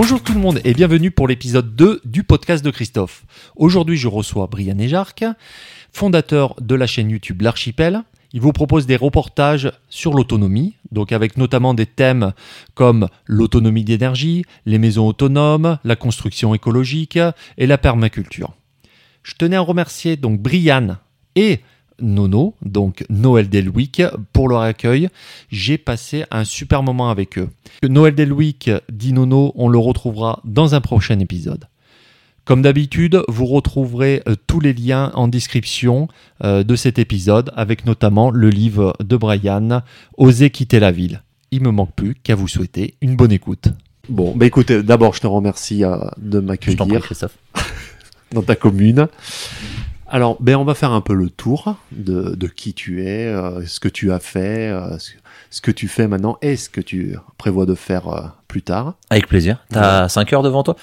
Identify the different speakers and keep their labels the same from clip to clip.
Speaker 1: Bonjour tout le monde et bienvenue pour l'épisode 2 du podcast de Christophe. Aujourd'hui, je reçois Brian Ejarc, fondateur de la chaîne YouTube L'Archipel. Il vous propose des reportages sur l'autonomie, donc avec notamment des thèmes comme l'autonomie d'énergie, les maisons autonomes, la construction écologique et la permaculture. Je tenais à remercier donc Brian et Nono, donc Noël Delwick, pour leur accueil. J'ai passé un super moment avec eux. Noël Delwick, dit Nono, on le retrouvera dans un prochain épisode. Comme d'habitude, vous retrouverez tous les liens en description de cet épisode, avec notamment le livre de Brian, « Oser quitter la ville ». Il me manque plus qu'à vous souhaiter une bonne écoute.
Speaker 2: Bon, bah écoute, d'abord je te remercie de m'accueillir.
Speaker 3: Je t'en prie, Christophe.
Speaker 2: Dans ta commune. Alors, on va faire un peu le tour de qui tu es, ce que tu as fait, ce que tu fais maintenant et ce que tu prévois de faire plus tard.
Speaker 3: Avec plaisir. T'as 5 heures devant toi ?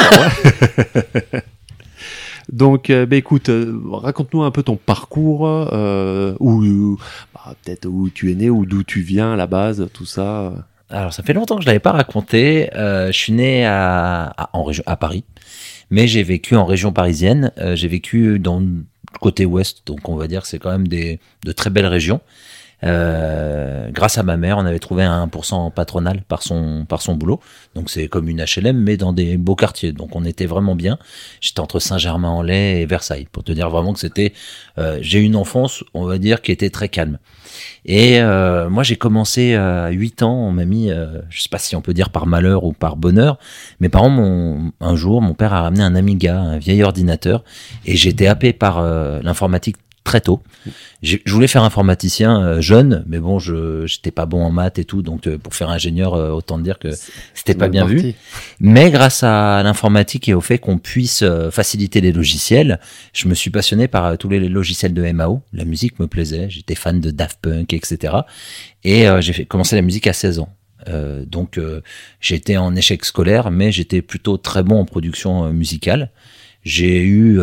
Speaker 2: Ouais. Donc, écoute, raconte-nous un peu ton parcours, peut-être où tu es né, ou d'où tu viens à la base, tout ça.
Speaker 3: Alors, ça fait longtemps que je l'avais pas raconté. Je suis né à Paris, mais j'ai vécu en région parisienne. J'ai vécu dans le côté ouest, donc on va dire que c'est quand même de très belles régions. Grâce à ma mère, on avait trouvé un 1% patronal par son boulot. Donc c'est comme une HLM, mais dans des beaux quartiers. Donc on était vraiment bien. J'étais entre Saint-Germain-en-Laye et Versailles, pour te dire vraiment que c'était. J'ai eu une enfance, on va dire, qui était très calme. Et moi, j'ai commencé à 8 ans. On m'a mis, je sais pas si on peut dire par malheur ou par bonheur. Mes parents un jour, mon père a ramené un Amiga, un vieil ordinateur, et j'ai été happé par l'informatique très tôt. Je voulais faire informaticien jeune, mais bon, j'étais pas bon en maths et tout, donc pour faire ingénieur, autant dire que c'était pas bien vu. Mais grâce à l'informatique et au fait qu'on puisse faciliter les logiciels, je me suis passionné par tous les logiciels de MAO. La musique me plaisait, j'étais fan de Daft Punk, etc. Et j'ai commencé la musique à 16 ans. Donc j'étais en échec scolaire, mais j'étais plutôt très bon en production musicale. J'ai eu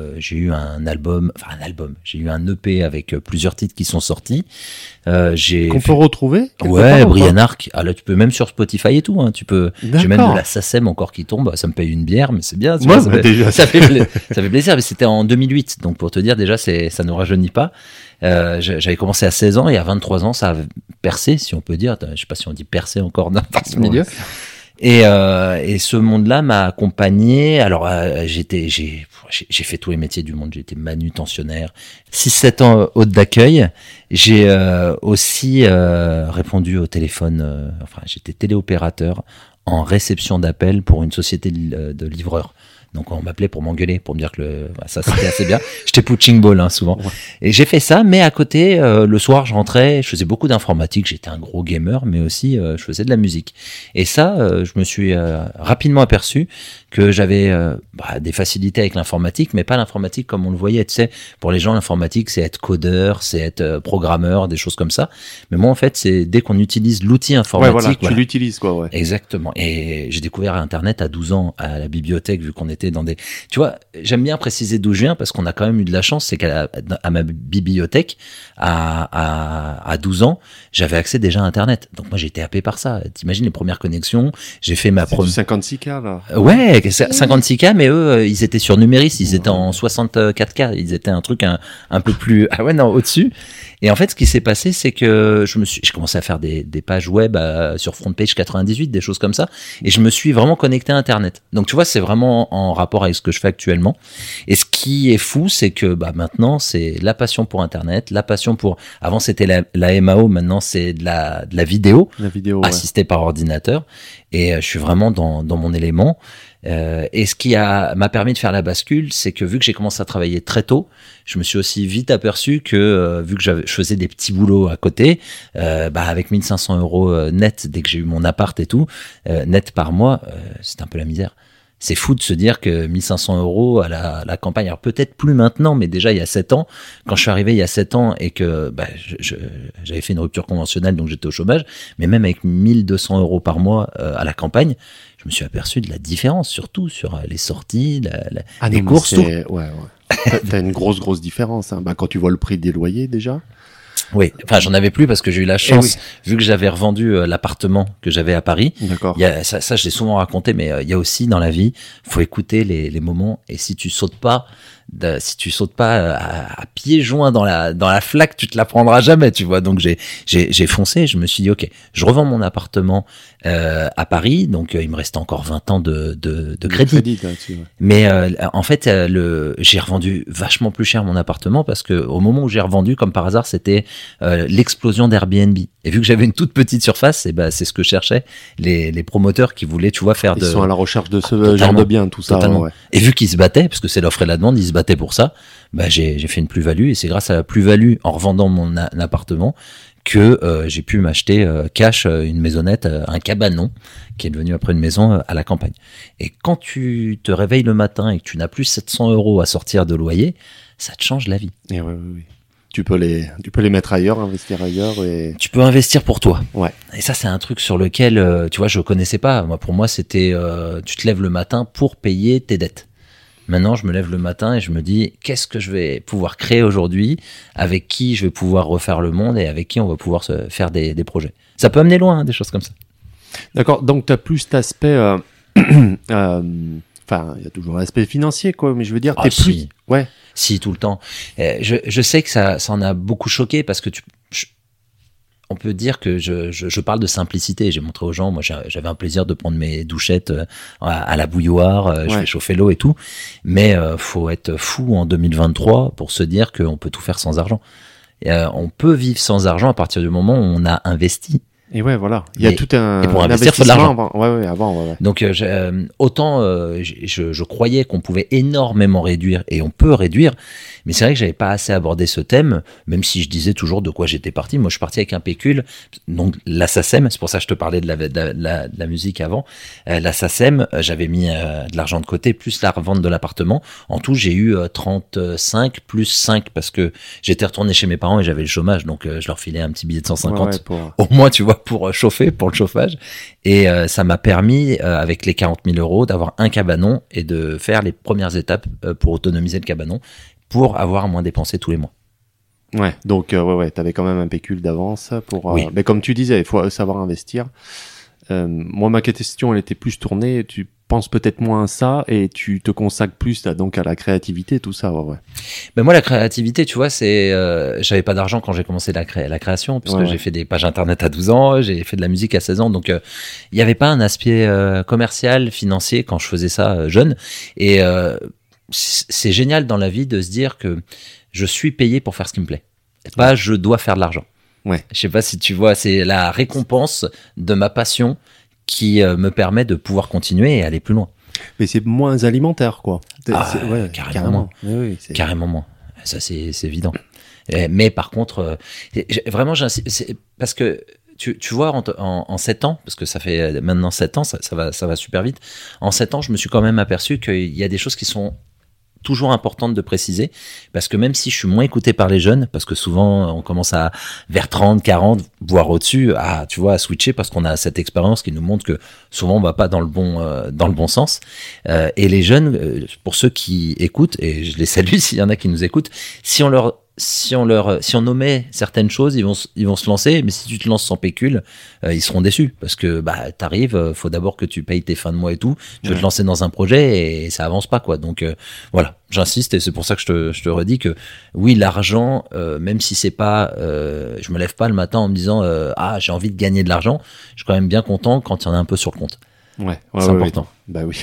Speaker 3: un album, j'ai eu un EP avec plusieurs titres qui sont sortis.
Speaker 2: Qu'on peut retrouver?
Speaker 3: Ouais, Brian Arc. Ah là, tu peux même sur Spotify et tout, hein. J'ai même de la SACEM encore qui tombe. Ça me paye une bière, mais c'est bien. Ça fait plaisir. Mais c'était en 2008. Donc, pour te dire, déjà, ça ne rajeunit pas. J'avais commencé à 16 ans et à 23 ans, ça a percé, si on peut dire. Je sais pas si on dit percer encore dans ce milieu. Et ce monde-là m'a accompagné. Alors, j'ai fait tous les métiers du monde. J'ai été manutentionnaire, 6-7 ans hôte d'accueil. J'ai aussi répondu au téléphone. J'étais téléopérateur en réception d'appels pour une société de livreurs. Donc on m'appelait pour m'engueuler, pour me dire que ça c'était assez bien. J'étais punching ball souvent. Ouais. Et j'ai fait ça, mais à côté, le soir je rentrais, je faisais beaucoup d'informatique, j'étais un gros gamer, mais aussi je faisais de la musique. Et ça, je me suis rapidement aperçu que j'avais des facilités avec l'informatique, mais pas l'informatique comme on le voyait. Tu sais, pour les gens, l'informatique c'est être codeur, c'est être programmeur, des choses comme ça. Mais moi en fait, c'est dès qu'on utilise l'outil informatique.
Speaker 2: Tu l'utilises quoi, ouais.
Speaker 3: Exactement. Et j'ai découvert Internet à 12 ans à la bibliothèque, vu qu'on était dans des... Tu vois, j'aime bien préciser d'où je viens parce qu'on a quand même eu de la chance, c'est qu'à ma bibliothèque, à 12 ans, j'avais accès déjà à Internet. Donc moi, j'ai été happé par ça. T'imagines les premières connexions, j'ai fait ma première...
Speaker 2: C'est du 56K, là.
Speaker 3: Ouais, 56K, mais eux, ils étaient sur Numéris, ils étaient en 64K, ils étaient un truc un peu plus... Ah ouais, non, au-dessus. Et en fait, ce qui s'est passé, c'est que j'ai commencé à faire des pages web sur FrontPage 98, des choses comme ça, et je me suis vraiment connecté à Internet. Donc tu vois, c'est vraiment en rapport avec ce que je fais actuellement. Et ce qui est fou, c'est que maintenant, c'est la passion pour Internet, la passion pour... Avant, c'était la MAO, maintenant, c'est de la vidéo, assistée par ordinateur. Et je suis vraiment dans mon élément. Et ce qui m'a permis de faire la bascule, c'est que vu que j'ai commencé à travailler très tôt, je me suis aussi vite aperçu que vu que je faisais des petits boulots à côté, avec 1500 € net dès que j'ai eu mon appart et tout, net par mois, c'était un peu la misère. C'est fou de se dire que 1500 € à la campagne, alors peut-être plus maintenant, mais déjà il y a 7 ans, quand je suis arrivé il y a 7 ans et que j'avais fait une rupture conventionnelle, donc j'étais au chômage, mais même avec 1200 € par mois à la campagne, je me suis aperçu de la différence, surtout sur les sorties, les courses.
Speaker 2: Ouais. T'as une grosse différence. Hein. Quand tu vois le prix des loyers déjà.
Speaker 3: Oui, enfin j'en avais plus parce que j'ai eu la chance, vu que j'avais revendu l'appartement que j'avais à Paris.
Speaker 2: D'accord.
Speaker 3: Il y a, ça je l'ai souvent raconté, mais il y a aussi dans la vie, faut écouter les moments. Et si tu sautes pas, à pieds joints dans la flaque, tu te la prendras jamais, tu vois. Donc j'ai foncé. Je me suis dit ok, je revends mon appartement à Paris, donc il me restait encore 20 ans de crédit.
Speaker 2: Là-dessus, ouais.
Speaker 3: Mais en fait, j'ai revendu vachement plus cher mon appartement parce que au moment où j'ai revendu, comme par hasard, c'était l'explosion d'Airbnb. Et vu que j'avais une toute petite surface, et c'est ce que cherchaient les promoteurs qui voulaient, tu vois, faire
Speaker 2: Ils sont à la recherche de ce
Speaker 3: Totalement.
Speaker 2: genre de bien, tout ça.
Speaker 3: Totalement.
Speaker 2: Ouais.
Speaker 3: Et vu qu'ils se battaient, parce que c'est l'offre et la demande, ils se battaient pour ça, j'ai fait une plus-value. Et c'est grâce à la plus-value en revendant mon appartement que j'ai pu m'acheter cash une maisonnette, un cabanon qui est devenu après une maison à la campagne. Et quand tu te réveilles le matin et que tu n'as plus 700 € à sortir de loyer, ça te change la vie.
Speaker 2: Et ouais. Tu peux les mettre ailleurs, investir ailleurs et.
Speaker 3: Tu peux investir pour toi.
Speaker 2: Ouais.
Speaker 3: Et ça, c'est un truc sur lequel, tu vois, je connaissais pas. Pour moi, c'était, tu te lèves le matin pour payer tes dettes. Maintenant, je me lève le matin et je me dis, qu'est-ce que je vais pouvoir créer aujourd'hui, avec qui je vais pouvoir refaire le monde et avec qui on va pouvoir se faire des projets. Ça peut amener loin, des choses comme ça.
Speaker 2: D'accord. Donc, tu as plus cet aspect. Enfin, il y a toujours l'aspect financier, quoi. Mais je veux dire, t'es plus.
Speaker 3: Si.
Speaker 2: Ouais.
Speaker 3: Si, tout le temps. Je sais que ça en a beaucoup choqué parce que on peut dire que je parle de simplicité. J'ai montré aux gens, moi j'avais un plaisir de prendre mes douchettes à la bouilloire, je fais chauffer l'eau et tout. Mais faut être fou en 2023 pour se dire qu'on peut tout faire sans argent. On peut vivre sans argent à partir du moment où on a investi.
Speaker 2: Et ouais, voilà. Il y a tout un.
Speaker 3: Et pour investir, faut de l'argent.
Speaker 2: Avant.
Speaker 3: Donc, autant je croyais qu'on pouvait énormément réduire, et on peut réduire, mais c'est vrai que j'avais pas assez abordé ce thème, même si je disais toujours de quoi j'étais parti. Moi, je suis parti avec un pécule, donc la SACEM, c'est pour ça que je te parlais de la musique avant. La SACEM, j'avais mis de l'argent de côté, plus la revente de l'appartement. En tout, j'ai eu 35 plus 5, parce que j'étais retourné chez mes parents et j'avais le chômage, donc je leur filais un petit billet de 150 au mois, tu vois, pour chauffer, pour le chauffage. Et ça m'a permis, avec les 40 000 € d'avoir un cabanon et de faire les premières étapes pour autonomiser le cabanon, pour avoir moins dépensé tous les mois.
Speaker 2: Ouais, donc t'avais quand même un pécule d'avance pour.
Speaker 3: Oui.
Speaker 2: Mais comme tu disais, il faut savoir investir. Moi, ma question, elle était plus tournée. Tu penses peut-être moins à ça et tu te consacres plus donc à la créativité, tout ça. Ouais.
Speaker 3: Ben moi, la créativité, tu vois, c'est. J'avais pas d'argent quand j'ai commencé la création, parce que j'ai fait des pages internet à 12 ans, j'ai fait de la musique à 16 ans, donc il y avait pas un aspect commercial, financier quand je faisais ça jeune. Et c'est génial dans la vie de se dire que je suis payé pour faire ce qui me plaît. Pas je dois faire de l'argent.
Speaker 2: Ouais.
Speaker 3: Je sais pas si tu vois, c'est la récompense de ma passion qui me permet de pouvoir continuer et aller plus loin.
Speaker 2: Mais c'est moins alimentaire, quoi.
Speaker 3: Carrément.
Speaker 2: Oui,
Speaker 3: carrément moins. Ça, c'est évident. Mais par contre, vraiment, j'insiste, parce que tu vois, en 7 ans, parce que ça fait maintenant 7 ans, ça va super vite. En 7 ans, je me suis quand même aperçu qu'il y a des choses qui sont toujours importante de préciser, parce que même si je suis moins écouté par les jeunes, parce que souvent on commence vers 30, 40, voire au-dessus, à switcher, parce qu'on a cette expérience qui nous montre que souvent on va pas dans le bon sens. Et les jeunes, pour ceux qui écoutent, et je les salue s'il y en a qui nous écoutent, si on nommait certaines choses, ils vont se lancer, mais si tu te lances sans pécule, ils seront déçus, parce que t'arrives, faut d'abord que tu payes tes fins de mois et tout, tu veux te lancer dans un projet et ça avance pas, quoi. Donc voilà, j'insiste, et c'est pour ça que je te redis que oui, l'argent, même si c'est pas, je me lève pas le matin en me disant j'ai envie de gagner de l'argent, je suis quand même bien content quand il y en a un peu sur le compte. C'est important.
Speaker 2: Bah oui.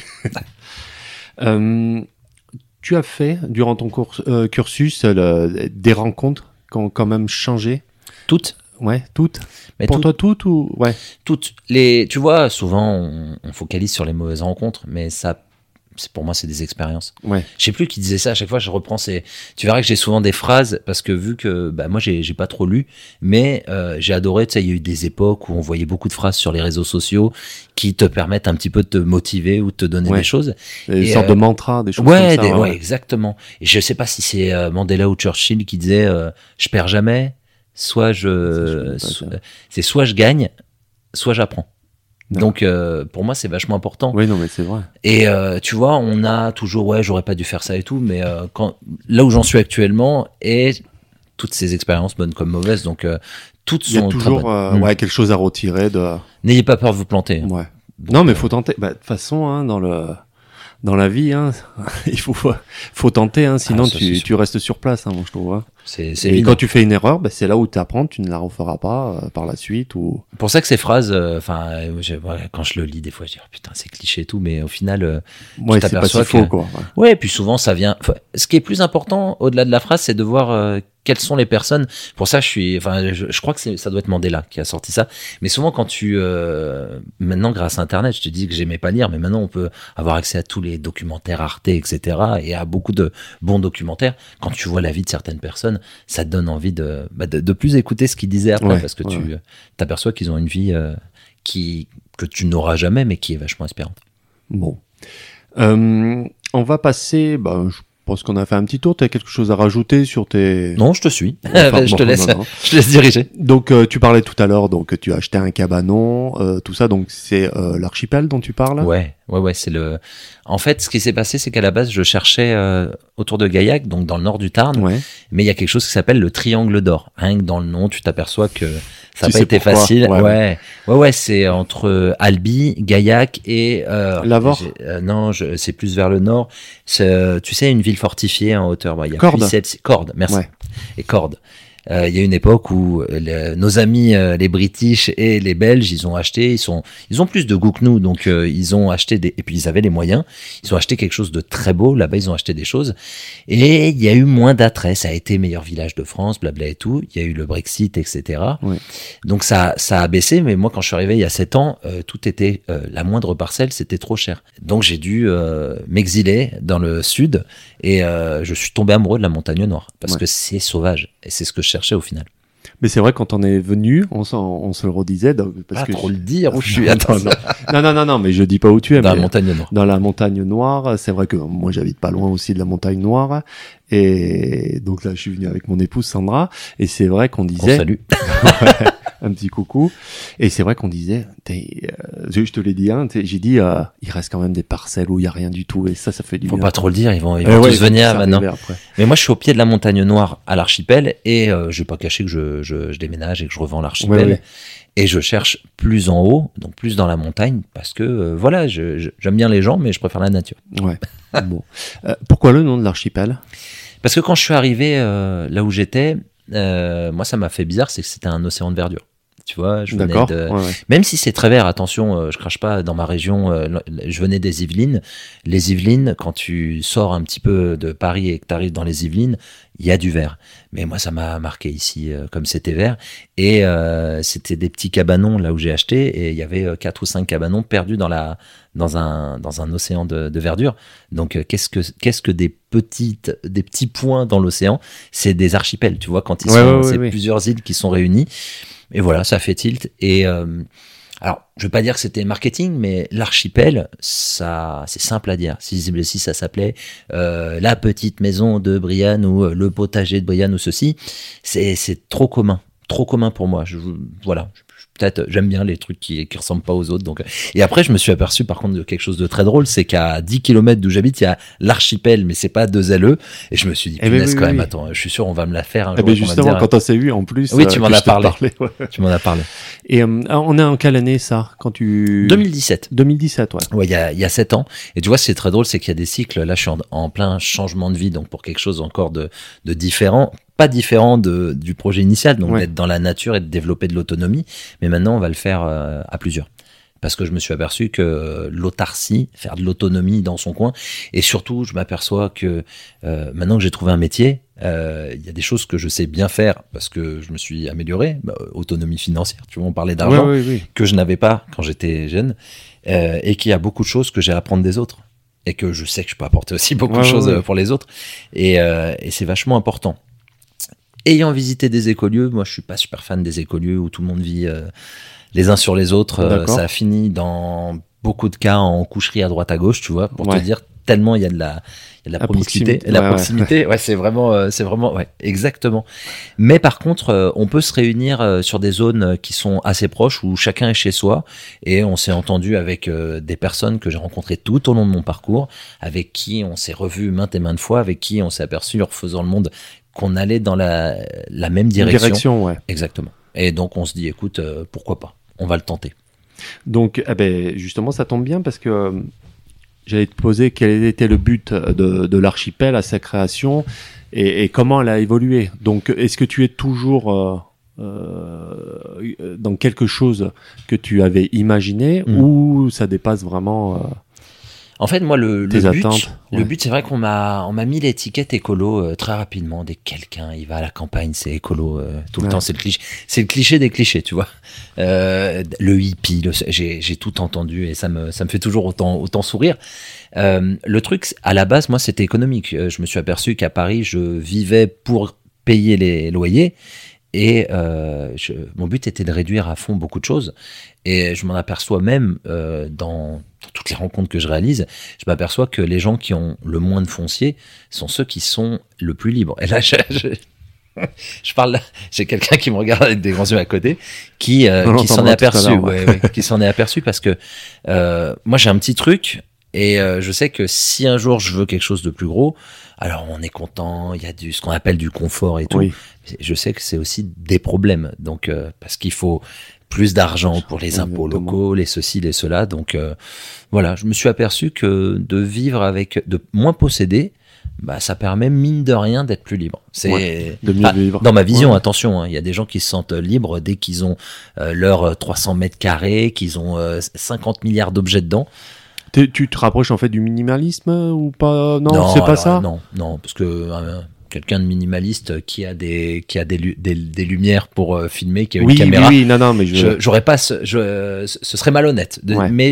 Speaker 2: Tu as fait, durant ton cursus, des rencontres qui ont quand même changé?
Speaker 3: Toutes.
Speaker 2: Ouais, toutes.
Speaker 3: Mais
Speaker 2: pour toi, toutes ou... Ouais.
Speaker 3: Toutes. Tu vois, souvent, on focalise sur les mauvaises rencontres, mais ça, pour moi, c'est des expériences.
Speaker 2: Ouais.
Speaker 3: Je sais plus qui disait ça. À chaque fois, je reprends tu verras que j'ai souvent des phrases, parce que vu que, moi, j'ai pas trop lu, mais j'ai adoré, tu sais, il y a eu des époques où on voyait beaucoup de phrases sur les réseaux sociaux qui te permettent un petit peu de te motiver ou de te donner des choses.
Speaker 2: Des sortes de mantras, des choses comme ça.
Speaker 3: Ouais, exactement. Et je sais pas si c'est Mandela ou Churchill qui disait je perds jamais, soit je gagne, soit j'apprends. Non. Donc pour moi c'est vachement important.
Speaker 2: Oui, non, mais c'est vrai.
Speaker 3: Et tu vois, on a toujours j'aurais pas dû faire ça et tout, mais là où j'en suis actuellement, et toutes ces expériences, bonnes comme mauvaises, donc toutes
Speaker 2: Il y a
Speaker 3: sont très
Speaker 2: toujours
Speaker 3: bonnes.
Speaker 2: ouais, quelque chose à retirer de.
Speaker 3: N'ayez pas peur de vous planter.
Speaker 2: Ouais.
Speaker 3: Donc,
Speaker 2: Non, mais faut tenter. Bah, de toute façon, hein, dans la vie, hein, il faut tenter, hein, sinon
Speaker 3: Ah, ça, c'est sûr.
Speaker 2: tu restes sur place, hein, moi je trouve. Hein.
Speaker 3: c'est
Speaker 2: Et
Speaker 3: évident.
Speaker 2: quand tu fais une erreur, bah, c'est là où tu apprends, tu ne la referas pas par la suite. Ou...
Speaker 3: Pour ça que ces phrases, quand je le lis des fois, je dis oh, putain c'est cliché et tout, mais au final,
Speaker 2: Ouais, c'est pas si
Speaker 3: t'aperçois
Speaker 2: faux,
Speaker 3: que-
Speaker 2: quoi. Ouais.
Speaker 3: ouais, et puis souvent ça vient. Ce qui est plus important au-delà de la phrase, c'est de voir quelles sont les personnes. Pour ça, je crois que ça doit être Mandela qui a sorti ça. Mais souvent, quand maintenant, grâce à Internet, je te dis que j'aimais pas lire, mais maintenant on peut avoir accès à tous les documentaires Arte, etc., et à beaucoup de bons documentaires. Quand tu vois la vie de certaines personnes, ça te donne envie de plus écouter ce qu'ils disaient après,
Speaker 2: Ouais,
Speaker 3: parce que
Speaker 2: ouais.
Speaker 3: tu t'aperçois qu'ils ont une vie que tu n'auras jamais, mais qui est vachement inspirante.
Speaker 2: Bon. On va passer. Bah, je pense qu'on a fait un petit tour. Tu as quelque chose à rajouter sur tes.
Speaker 3: Non, je te suis.
Speaker 2: Enfin,
Speaker 3: je
Speaker 2: bon,
Speaker 3: te laisse.
Speaker 2: non, non.
Speaker 3: Je te laisse diriger.
Speaker 2: Donc, tu parlais tout à l'heure, donc tu as acheté un cabanon, tout ça. Donc, c'est l'archipel dont tu parles.
Speaker 3: Ouais, c'est le. En fait, ce qui s'est passé, c'est qu'à la base, je cherchais autour de Gaillac, donc dans le nord du Tarn,
Speaker 2: Ouais.
Speaker 3: mais il y a quelque chose qui s'appelle le Triangle d'Or. Rien que dans le nom, tu t'aperçois que ça n'a
Speaker 2: Tu
Speaker 3: pas
Speaker 2: sais
Speaker 3: été
Speaker 2: pourquoi.
Speaker 3: facile.
Speaker 2: Ouais,
Speaker 3: Ouais, c'est entre Albi, Gaillac et
Speaker 2: Lavore.
Speaker 3: Non, c'est plus vers le nord. C'est, tu sais, une ville fortifiée en hauteur. Il y a
Speaker 2: Cordes.
Speaker 3: Cordes, merci.
Speaker 2: Ouais.
Speaker 3: Et Cordes. Il y a une époque où nos amis les British et les Belges, ils ont acheté, ils ont plus de goût que nous, donc ils ont acheté et puis ils avaient les moyens, ils ont acheté quelque chose de très beau, là-bas ils ont acheté des choses, et il y a eu moins d'attrait, ça a été meilleur village de France, blabla et tout, il y a eu le Brexit, etc.
Speaker 2: Ouais.
Speaker 3: Donc ça a baissé, mais moi quand je suis arrivé il y a 7 ans, tout était, la moindre parcelle, c'était trop cher. Donc j'ai dû m'exiler dans le sud, et je suis tombé amoureux de la montagne noire, parce
Speaker 2: Ouais.
Speaker 3: que c'est sauvage, et c'est ce que je cherchais au final.
Speaker 2: Mais c'est vrai, quand on est venu, on se le redisait. Parce
Speaker 3: Pas
Speaker 2: que
Speaker 3: trop le dire où je suis.
Speaker 2: Non,
Speaker 3: Attends,
Speaker 2: non, mais je dis pas où tu es.
Speaker 3: dans la
Speaker 2: mais
Speaker 3: montagne noire.
Speaker 2: dans la montagne noire, c'est vrai que moi j'habite pas loin aussi de la montagne noire. Et donc là, je suis venu avec mon épouse Sandra. Et c'est vrai qu'on disait.
Speaker 3: Salut.
Speaker 2: Un petit coucou. Et c'est vrai qu'on disait, je te l'ai dit, hein, j'ai dit, il reste quand même des parcelles où il y a rien du tout, et ça fait du
Speaker 3: Faut
Speaker 2: bien.
Speaker 3: pas trop le dire, ils vont
Speaker 2: Ouais,
Speaker 3: tous venir
Speaker 2: ça
Speaker 3: maintenant.
Speaker 2: arrive après.
Speaker 3: Mais moi, je suis au pied de la montagne noire à l'archipel, et je vais pas cacher que je déménage et que je revends l'archipel.
Speaker 2: Ouais.
Speaker 3: Et je cherche plus en haut, donc plus dans la montagne, parce que voilà, j'aime bien les gens, mais je préfère la nature.
Speaker 2: Ouais. Bon. Pourquoi le nom de l'archipel?
Speaker 3: Parce que quand je suis arrivé là où j'étais, moi, ça m'a fait bizarre, c'est que c'était un océan de verdure. Tu vois, je venais
Speaker 2: D'accord.
Speaker 3: de...
Speaker 2: Ouais.
Speaker 3: Même si c'est très vert, attention, je crache pas dans ma région, je venais des Yvelines. Les Yvelines, quand tu sors un petit peu de Paris et que tu arrives dans les Yvelines, il y a du vert. Mais moi, ça m'a marqué ici, comme c'était vert. Et c'était des petits cabanons là où j'ai acheté, et il y avait 4 ou 5 cabanons perdus dans un océan de verdure. Donc, qu'est-ce que des petits points dans l'océan? C'est des archipels, tu vois, quand c'est plusieurs îles qui sont réunies. Et voilà, ça fait tilt. Et alors, je veux pas dire que c'était marketing, mais l'archipel, ça, c'est simple à dire. Si ça s'appelait la petite maison de Brian ou le potager de Brian ou ceci, c'est trop commun pour moi. Voilà. Peut-être j'aime bien les trucs qui ressemblent pas aux autres. Donc, et après je me suis aperçu par contre de quelque chose de très drôle, c'est qu'à 10 km d'où j'habite, il y a l'archipel, mais c'est pas 2 LE, et je me suis dit punaise, quand même, attends, je suis sûr on va me la faire un jour.
Speaker 2: Justement, quand on s'est vu en plus,
Speaker 3: oui, tu m'en as parlé.
Speaker 2: Ouais.
Speaker 3: Tu m'en as parlé.
Speaker 2: Et on est en quelle année ça, quand tu
Speaker 3: 2017.
Speaker 2: 2017, ouais.
Speaker 3: Ouais, il y a 7 ans. Et tu vois, c'est très drôle, c'est qu'il y a des cycles. Là, je suis en plein changement de vie, donc pour quelque chose encore de différent. Pas différent du projet initial, donc d'être dans la nature et de développer de l'autonomie. Mais maintenant, on va le faire à plusieurs. Parce que je me suis aperçu que l'autarcie, faire de l'autonomie dans son coin, et surtout, je m'aperçois que maintenant que j'ai trouvé un métier, il y a des choses que je sais bien faire parce que je me suis amélioré. Autonomie financière, tu vois, on parlait d'argent, que je n'avais pas quand j'étais jeune, et qu'il y a beaucoup de choses que j'ai à apprendre des autres. Et que je sais que je peux apporter aussi beaucoup de choses pour les autres. Et c'est vachement important. Ayant visité des écolieux, moi je suis pas super fan des écolieux où tout le monde vit les uns sur les autres. Ça a fini dans beaucoup de cas en coucherie à droite à gauche, tu vois, pour te dire tellement il y a de la promiscuité, la proximité. Ouais, c'est vraiment, ouais, exactement. Mais par contre, on peut se réunir sur des zones qui sont assez proches où chacun est chez soi, et on s'est entendu avec des personnes que j'ai rencontrées tout au long de mon parcours, avec qui on s'est revu maintes et maintes fois, avec qui on s'est aperçu en refaisant le monde qu'on allait dans la même direction.
Speaker 2: Direction, ouais.
Speaker 3: Exactement. Et donc, on se dit, écoute, pourquoi pas? On va le tenter.
Speaker 2: Donc, justement, ça tombe bien parce que j'allais te poser quel était le but de l'archipel à sa création et comment elle a évolué. Donc, est-ce que tu es toujours dans quelque chose que tu avais imaginé ou ça dépasse vraiment
Speaker 3: En fait, moi, le
Speaker 2: tes
Speaker 3: but,
Speaker 2: attentes?
Speaker 3: le but, c'est vrai qu'on m'a mis l'étiquette écolo très rapidement. Dès que quelqu'un il va à la campagne, c'est écolo tout le temps. C'est le cliché des clichés, tu vois. Le hippie, j'ai tout entendu et ça me fait toujours autant sourire. Le truc, à la base, moi, c'était économique. Je me suis aperçu qu'à Paris, je vivais pour payer les loyers. Et mon but était de réduire à fond beaucoup de choses. Et je m'en aperçois même dans toutes les rencontres que je réalise, je m'aperçois que les gens qui ont le moins de foncier sont ceux qui sont le plus libres. Et là, je parle là, j'ai quelqu'un qui me regarde avec des grands yeux à côté, qui s'en est aperçu. Qui s'en est aperçu parce que moi, j'ai un petit truc. Et je sais que si un jour je veux quelque chose de plus gros, alors on est content, il y a ce qu'on appelle du confort et tout.
Speaker 2: Oui.
Speaker 3: Je sais que c'est aussi des problèmes. Donc, parce qu'il faut plus d'argent pour les impôts locaux, les ceci, les cela. Donc, voilà, je me suis aperçu que de vivre de moins posséder, bah, ça permet mine de rien d'être plus libre. C'est
Speaker 2: de mieux vivre.
Speaker 3: Dans ma vision, attention, il y a des gens qui se sentent libres dès qu'ils ont leurs 300 mètres carrés, qu'ils ont 50 milliards d'objets dedans.
Speaker 2: Tu te rapproches en fait du minimalisme ou pas? Non, c'est pas ça.
Speaker 3: Non, parce que quelqu'un de minimaliste qui a des lumières pour filmer, qui a une caméra.
Speaker 2: Oui, non, mais
Speaker 3: j'aurais pas, ce serait malhonnête. Mais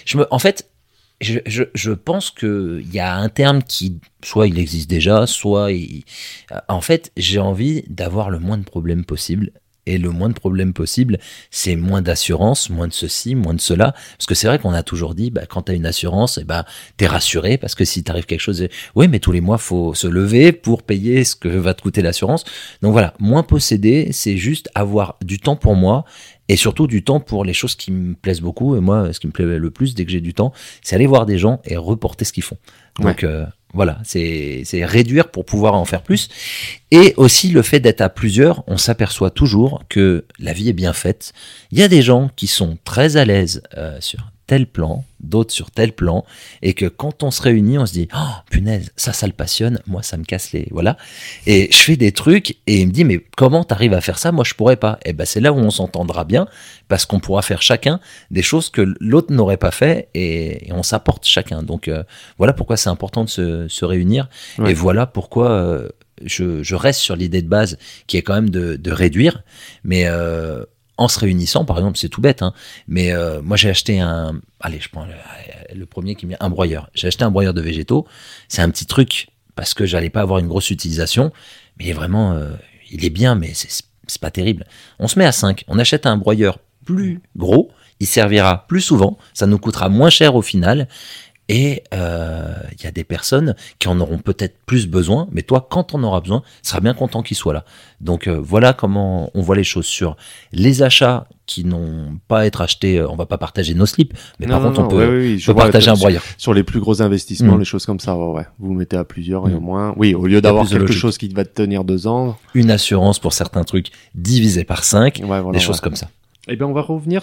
Speaker 3: je pense que il y a un terme qui, soit il existe déjà, soit en fait, j'ai envie d'avoir le moins de problèmes possible. Et le moins de problèmes possible, c'est moins d'assurance, moins de ceci, moins de cela. Parce que c'est vrai qu'on a toujours dit, quand t'as une assurance, t'es rassuré, parce que si t'arrive quelque chose, oui, mais tous les mois, faut se lever pour payer ce que va te coûter l'assurance. Donc voilà, moins posséder, c'est juste avoir du temps pour moi, et surtout du temps pour les choses qui me plaisent beaucoup. Et moi, ce qui me plaît le plus, dès que j'ai du temps, c'est aller voir des gens et reporter ce qu'ils font. Donc, voilà, c'est réduire pour pouvoir en faire plus. Et aussi le fait d'être à plusieurs, on s'aperçoit toujours que la vie est bien faite. Il y a des gens qui sont très à l'aise sur tel plan, d'autres sur tel plan, et que quand on se réunit, on se dit « Oh, punaise, ça le passionne, moi ça me casse les... » Voilà. Et je fais des trucs, et il me dit « Mais comment t'arrives à faire ça? Moi je pourrais pas. » Et c'est là où on s'entendra bien, parce qu'on pourra faire chacun des choses que l'autre n'aurait pas fait, et on s'apporte chacun. Donc voilà pourquoi c'est important de se réunir, et voilà pourquoi je reste sur l'idée de base, qui est quand même de réduire, mais... en se réunissant, par exemple, c'est tout bête, mais moi j'ai acheté je prends le premier qui me vient, un broyeur. J'ai acheté un broyeur de végétaux. C'est un petit truc parce que j'allais pas avoir une grosse utilisation, mais vraiment, il est bien, mais c'est pas terrible. On se met à 5, on achète un broyeur plus gros, il servira plus souvent, ça nous coûtera moins cher au final. Et y a des personnes qui en auront peut-être plus besoin, mais toi, quand on aura besoin, tu seras bien content qu'il soit là. Donc voilà comment on voit les choses sur les achats qui n'ont pas à être achetés. On va pas partager nos slips, mais par contre, on peut partager un broyeur.
Speaker 2: Sur les plus gros investissements, les choses comme ça, vous vous mettez à plusieurs et au moins. Oui, au lieu d'avoir quelque chose qui va te tenir 2 ans.
Speaker 3: Une assurance pour certains trucs divisé par 5, des choses comme ça.
Speaker 2: Eh bien, on va revenir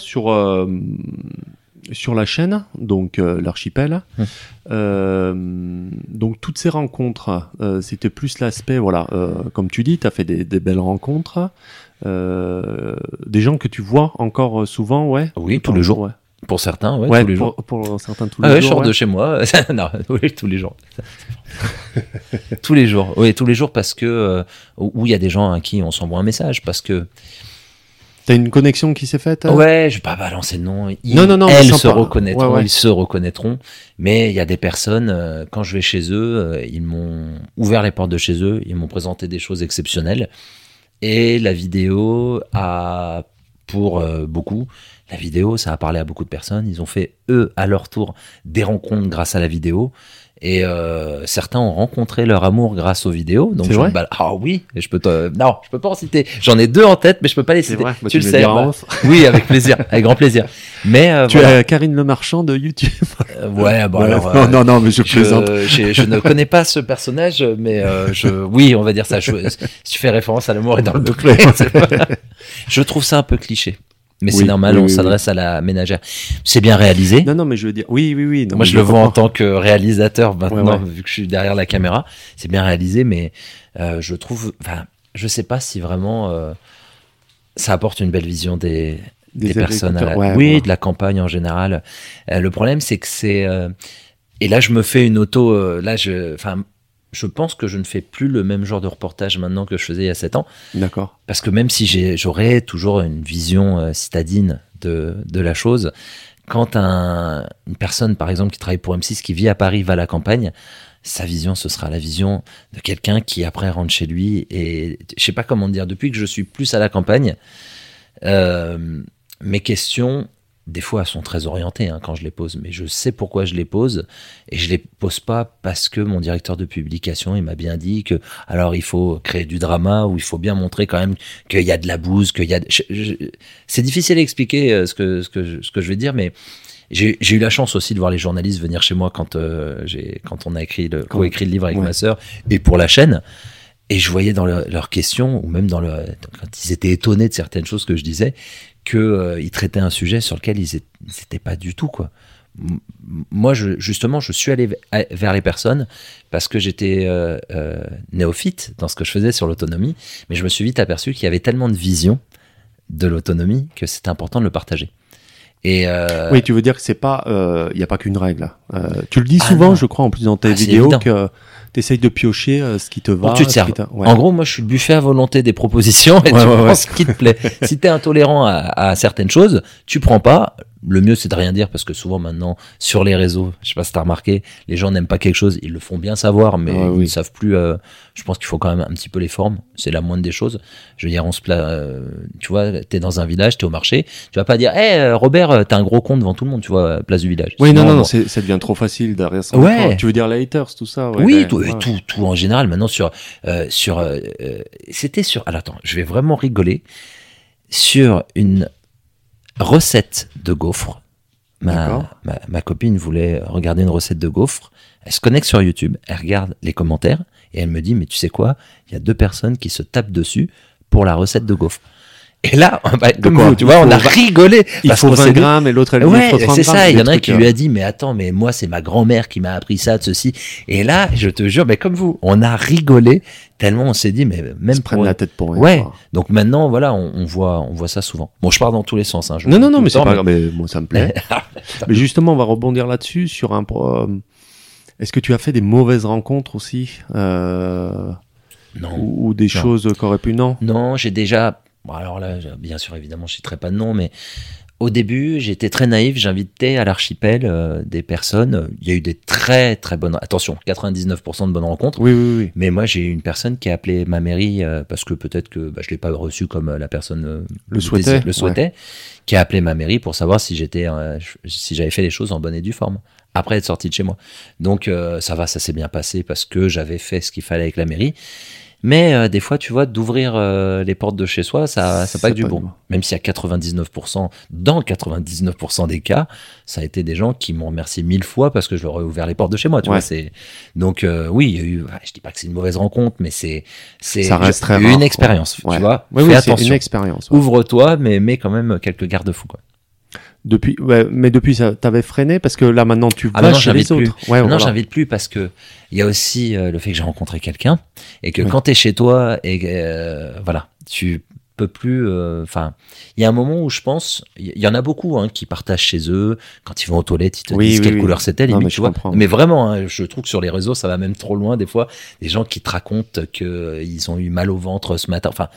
Speaker 2: sur la chaîne, donc l'archipel. Donc toutes ces rencontres, c'était plus l'aspect, comme tu dis, tu as fait des belles rencontres, des gens que tu vois encore souvent,
Speaker 3: Oui, tous les jours. Pour certains, tous les jours.
Speaker 2: Pour certains, tous les jours.
Speaker 3: Je sors de chez moi. Non, oui, tous les jours. Tous les jours. Oui, tous les jours parce que où il y a des gens à qui on s'envoie un message, parce que
Speaker 2: t'as une connexion qui s'est faite?
Speaker 3: Ouais, je vais pas balancer le nom.
Speaker 2: Non,
Speaker 3: elles se reconnaîtront, ils se reconnaîtront. Mais il y a des personnes, quand je vais chez eux, ils m'ont ouvert les portes de chez eux, ils m'ont présenté des choses exceptionnelles. Et la vidéo a, pour beaucoup, la vidéo, ça a parlé à beaucoup de personnes. Ils ont fait, eux, à leur tour, des rencontres grâce à la vidéo. Et certains ont rencontré leur amour grâce aux vidéos. Donc
Speaker 2: c'est vrai
Speaker 3: ah oui, et non, je peux pas en citer. J'en ai 2 en tête, mais je peux pas les
Speaker 2: C'est
Speaker 3: citer.
Speaker 2: vrai,
Speaker 3: Tu le sais.
Speaker 2: bah,
Speaker 3: Oui, avec plaisir, avec grand plaisir. Mais
Speaker 2: tu es Karine Le Marchand de YouTube.
Speaker 3: ouais, bon
Speaker 2: Voilà.
Speaker 3: alors.
Speaker 2: Non, mais je plaisante.
Speaker 3: Je ne connais pas ce personnage, mais oui, on va dire ça. Si tu fais référence à l'amour et dans le bouclier, je trouve ça un peu cliché. Mais c'est normal, on s'adresse à la ménagère. C'est bien réalisé.
Speaker 2: Non, mais je veux dire, oui. Non,
Speaker 3: moi, je le vois en tant que réalisateur maintenant, vu que je suis derrière la caméra. C'est bien réalisé, mais je trouve, je sais pas si vraiment ça apporte une belle vision des personnes. De la campagne en général. Le problème, c'est que c'est et là, je me fais une auto. Je pense que je ne fais plus le même genre de reportage maintenant que je faisais il y a 7 ans.
Speaker 2: D'accord.
Speaker 3: Parce que même si j'aurais toujours une vision citadine de la chose, quand une personne, par exemple, qui travaille pour M6, qui vit à Paris, va à la campagne, sa vision, ce sera la vision de quelqu'un qui après rentre chez lui. Et je sais pas comment dire, depuis que je suis plus à la campagne, mes questions... Des fois, elles sont très orientées quand je les pose, mais je sais pourquoi je les pose et je les pose pas parce que mon directeur de publication il m'a bien dit que alors il faut créer du drama ou il faut bien montrer quand même qu'il y a de la bouse, qu'il y a. C'est difficile à expliquer ce que je veux dire, mais j'ai eu la chance aussi de voir les journalistes venir chez moi quand on a coécrit le livre avec ma sœur et pour la chaîne. Et je voyais dans leurs questions, ou même quand ils étaient étonnés de certaines choses que je disais, qu'ils traitaient un sujet sur lequel ils n'étaient pas du tout, quoi. Moi, justement, je suis allé vers les personnes parce que j'étais néophyte dans ce que je faisais sur l'autonomie, mais je me suis vite aperçu qu'il y avait tellement de vision de l'autonomie que c'était important de le partager. Et
Speaker 2: oui, tu veux dire que c'est pas, y a pas qu'une règle. Tu le dis souvent, je crois, en plus dans tes vidéos, que t'essayes de piocher ce qui te va.
Speaker 3: Tu te sers. En gros, moi, je suis le buffet à volonté des propositions et tu prends ce qui te plaît. Si t'es intolérant à certaines choses, tu prends pas. Le mieux, c'est de rien dire parce que souvent maintenant, sur les réseaux, je sais pas si t'as remarqué, les gens n'aiment pas quelque chose, ils le font bien savoir, mais ils ne savent plus. Je pense qu'il faut quand même un petit peu les formes. C'est la moindre des choses. Je veux dire, tu vois, t'es dans un village, t'es au marché, tu vas pas dire, Robert, t'as un gros con devant tout le monde, tu vois, place du village.
Speaker 2: Oui, sinon, non, ça devient trop facile derrière ça.
Speaker 3: Ouais.
Speaker 2: Tu veux dire les haters, tout ça.
Speaker 3: Oui, tout en général. Maintenant c'était sur. Alors attends, je vais vraiment rigoler sur une recette de gaufres. Ma copine voulait regarder une recette de gaufres. Elle se connecte sur YouTube, elle regarde les commentaires et elle me dit, mais tu sais quoi, il y a 2 personnes qui se tapent dessus pour la recette de gaufres. Et là, comme vous, tu vois, on a rigolé.
Speaker 2: Il faut 20 grammes et l'autre, elle dit, il faut 30 grammes.
Speaker 3: C'est ça, il y en a un qui lui a dit, mais attends, mais moi, c'est ma grand-mère qui m'a appris ça, de ceci. Et là, je te jure, mais comme vous, on a rigolé tellement on s'est dit, mais même
Speaker 2: se prennent la tête pour rien.
Speaker 3: Ouais. Donc maintenant, voilà, on voit ça souvent. Bon, je pars dans tous les sens.
Speaker 2: Non, mais c'est pas grave, mais moi, ça me plaît. Mais justement, on va rebondir là-dessus sur est-ce que tu as fait des mauvaises rencontres aussi?
Speaker 3: Non.
Speaker 2: Ou des choses qui auraient pu, non?
Speaker 3: Non, j'ai déjà... Bon, alors là, bien sûr, évidemment, je ne citerai pas de nom, mais au début, j'étais très naïf. J'invitais à l'archipel des personnes. Il y a eu des très, très bonnes... Attention, 99% de bonnes rencontres.
Speaker 2: Oui.
Speaker 3: Mais moi, j'ai eu une personne qui a appelé ma mairie, parce que peut-être que je ne l'ai pas reçu comme la personne
Speaker 2: le souhaitait,
Speaker 3: qui a appelé ma mairie pour savoir si j'avais fait les choses en bonne et due forme, après être sorti de chez moi. Donc, ça s'est bien passé parce que j'avais fait ce qu'il fallait avec la mairie. Mais des fois, tu vois, d'ouvrir les portes de chez soi, ça pas que du bon. Même si à 99%, dans 99% des cas, ça a été des gens qui m'ont remercié 1000 fois parce que je leur ai ouvert les portes de chez moi. Tu vois, donc oui, il y a eu. Je dis pas que c'est une mauvaise rencontre, mais c'est
Speaker 2: ça reste très
Speaker 3: une expérience. Tu vois,
Speaker 2: fais attention. C'est une expérience.
Speaker 3: Ouvre-toi, mais mets quand même quelques garde-fous, quoi.
Speaker 2: Mais depuis ça, t'avais freiné parce que là maintenant tu vas chez les autres.
Speaker 3: Non, j'invite plus parce que il y a aussi le fait que j'ai rencontré quelqu'un et que quand t'es chez toi et voilà, tu peux plus. Enfin, il y a un moment où je pense, il y en a beaucoup qui partagent chez eux quand ils vont aux toilettes, ils te disent quelle couleur c'était, limite, tu vois. Mais vraiment, je trouve que sur les réseaux, ça va même trop loin des fois. Des gens qui te racontent que ils ont eu mal au ventre ce matin. Enfin.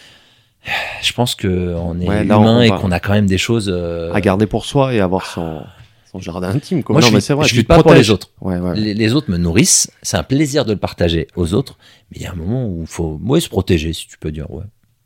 Speaker 3: Je pense qu'on est humain et qu'on a quand même des choses à
Speaker 2: garder pour soi et avoir son jardin intime.
Speaker 3: Moi, mais c'est vrai, je ne vis pas pour les autres. Les autres me nourrissent. C'est un plaisir de le partager aux autres. Mais il y a un moment où il faut se protéger, si tu peux dire. Ouais.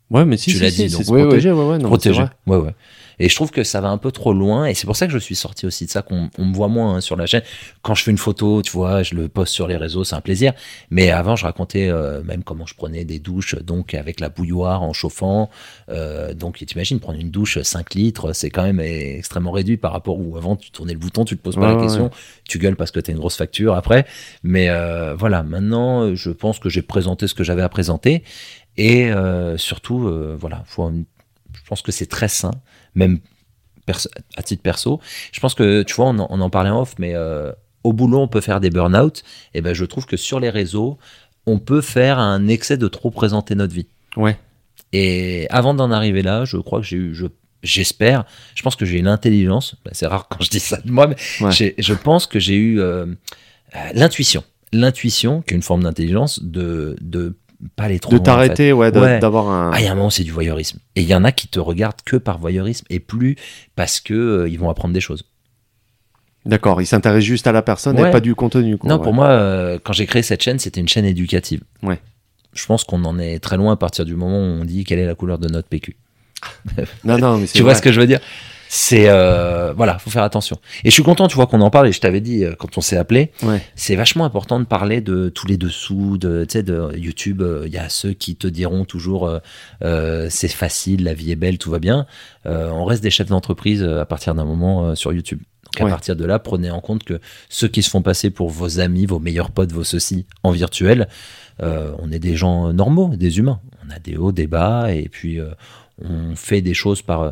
Speaker 2: Ouais, mais si,
Speaker 3: Tu
Speaker 2: si,
Speaker 3: l'as
Speaker 2: si,
Speaker 3: dit,
Speaker 2: c'est
Speaker 3: donc,
Speaker 2: se protéger, ouais, ouais, non, mais c'est
Speaker 3: protégé.
Speaker 2: vrai.
Speaker 3: Ouais, ouais. Et je trouve que ça va un peu trop loin, et c'est pour ça que je suis sorti aussi de ça, qu'on me voit moins sur la chaîne. Quand je fais une photo, tu vois, je le poste sur les réseaux, c'est un plaisir. Mais avant, je racontais même comment je prenais des douches, donc avec la bouilloire en chauffant. Donc, t'imagines, prendre une douche 5 litres, c'est quand même extrêmement réduit par rapport où avant, tu tournais le bouton, tu te poses pas la question, tu gueules parce que t'as une grosse facture après. Mais voilà, maintenant, je pense que j'ai présenté ce que j'avais à présenter. Et surtout, voilà, je pense que c'est très sain, même à titre perso. Je pense que, tu vois, on en parlait en off, mais au boulot, on peut faire des burn-out. Et ben, je trouve que sur les réseaux, on peut faire un excès de trop présenter notre vie.
Speaker 2: Ouais.
Speaker 3: Et avant d'en arriver là, je crois que j'espère, je pense que j'ai une intelligence. Ben, c'est rare quand je dis ça de moi, mais je pense que j'ai eu l'intuition. L'intuition, qui est une forme d'intelligence, de pas aller trop
Speaker 2: de
Speaker 3: loin,
Speaker 2: t'arrêter,
Speaker 3: en fait.
Speaker 2: d'avoir un...
Speaker 3: Ah, il y a un moment, c'est du voyeurisme. Et il y en a qui te regardent que par voyeurisme et plus parce que ils vont apprendre des choses.
Speaker 2: D'accord, ils s'intéressent juste à la personne et pas du contenu, quoi.
Speaker 3: Non, pour moi, quand j'ai créé cette chaîne, c'était une chaîne éducative.
Speaker 2: Ouais.
Speaker 3: Je pense qu'on en est très loin à partir du moment où on dit quelle est la couleur de notre PQ.
Speaker 2: Non, mais c'est
Speaker 3: tu vois ce que je veux dire? C'est voilà, faut faire attention. Et je suis content, tu vois, qu'on en parle. Et je t'avais dit quand on s'est appelé, c'est vachement important de parler de tous les dessous, tu sais, de YouTube. Il y a ceux qui te diront toujours c'est facile, la vie est belle, tout va bien. On reste des chefs d'entreprise à partir d'un moment sur YouTube. Donc à partir de là, prenez en compte que ceux qui se font passer pour vos amis, vos meilleurs potes, vos ceci en virtuel, on est des gens normaux, des humains. On a des hauts, des bas, et puis on fait des choses par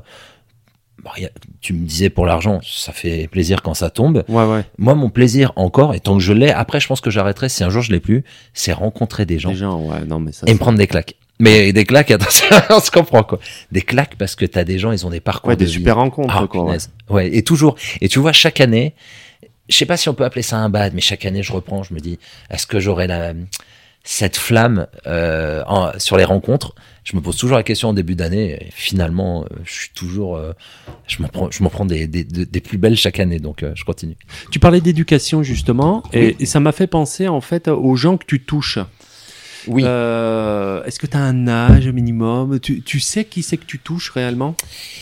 Speaker 3: tu me disais pour l'argent, ça fait plaisir quand ça tombe.
Speaker 2: Ouais.
Speaker 3: Moi, mon plaisir encore, et tant que je l'ai, après, je pense que j'arrêterai si un jour je l'ai plus, c'est rencontrer des gens.
Speaker 2: Non, mais ça,
Speaker 3: et me prendre des claques. Mais des claques, attention, on se comprend, quoi. Des claques parce que t'as des gens, ils ont des parcours de
Speaker 2: des
Speaker 3: vie.
Speaker 2: super rencontres, quoi.
Speaker 3: Ouais, et toujours. Et tu vois, chaque année, je sais pas si on peut appeler ça un bad, mais chaque année, je reprends, je me dis, est-ce que j'aurai cette flamme sur les rencontres? Je me pose toujours la question en début d'année. Et finalement, je suis toujours, je m'en prends des plus belles chaque année, donc je continue.
Speaker 2: Tu parlais d'éducation justement, et ça m'a fait penser en fait aux gens que tu touches.
Speaker 3: Oui.
Speaker 2: Est-ce que tu as un âge minimum? Tu sais qui c'est que tu touches réellement?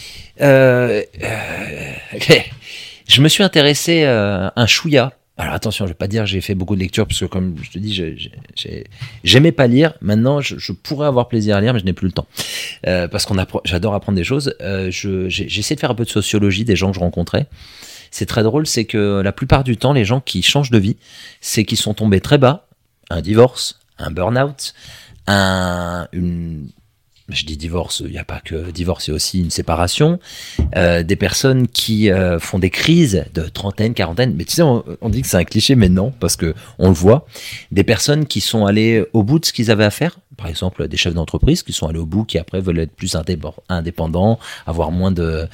Speaker 3: Je me suis intéressé un chouïa. Alors attention, je vais pas dire j'ai fait beaucoup de lectures parce que comme je te dis, j'aimais pas lire. Maintenant, je pourrais avoir plaisir à lire, mais je n'ai plus le temps parce j'adore apprendre des choses. J'ai essayé de faire un peu de sociologie des gens que je rencontrais. C'est très drôle, c'est que la plupart du temps, les gens qui changent de vie, c'est qu'ils sont tombés très bas, un divorce, un burn-out, je dis divorce, il n'y a pas que divorce, il y a aussi une séparation. Des personnes qui font des crises de trentaine, quarantaine. Mais tu sais, on dit que c'est un cliché, mais non, parce que on le voit. Des personnes qui sont allées au bout de ce qu'ils avaient à faire. Par exemple, des chefs d'entreprise qui sont allés au bout, qui après veulent être plus indépendants, avoir moins de,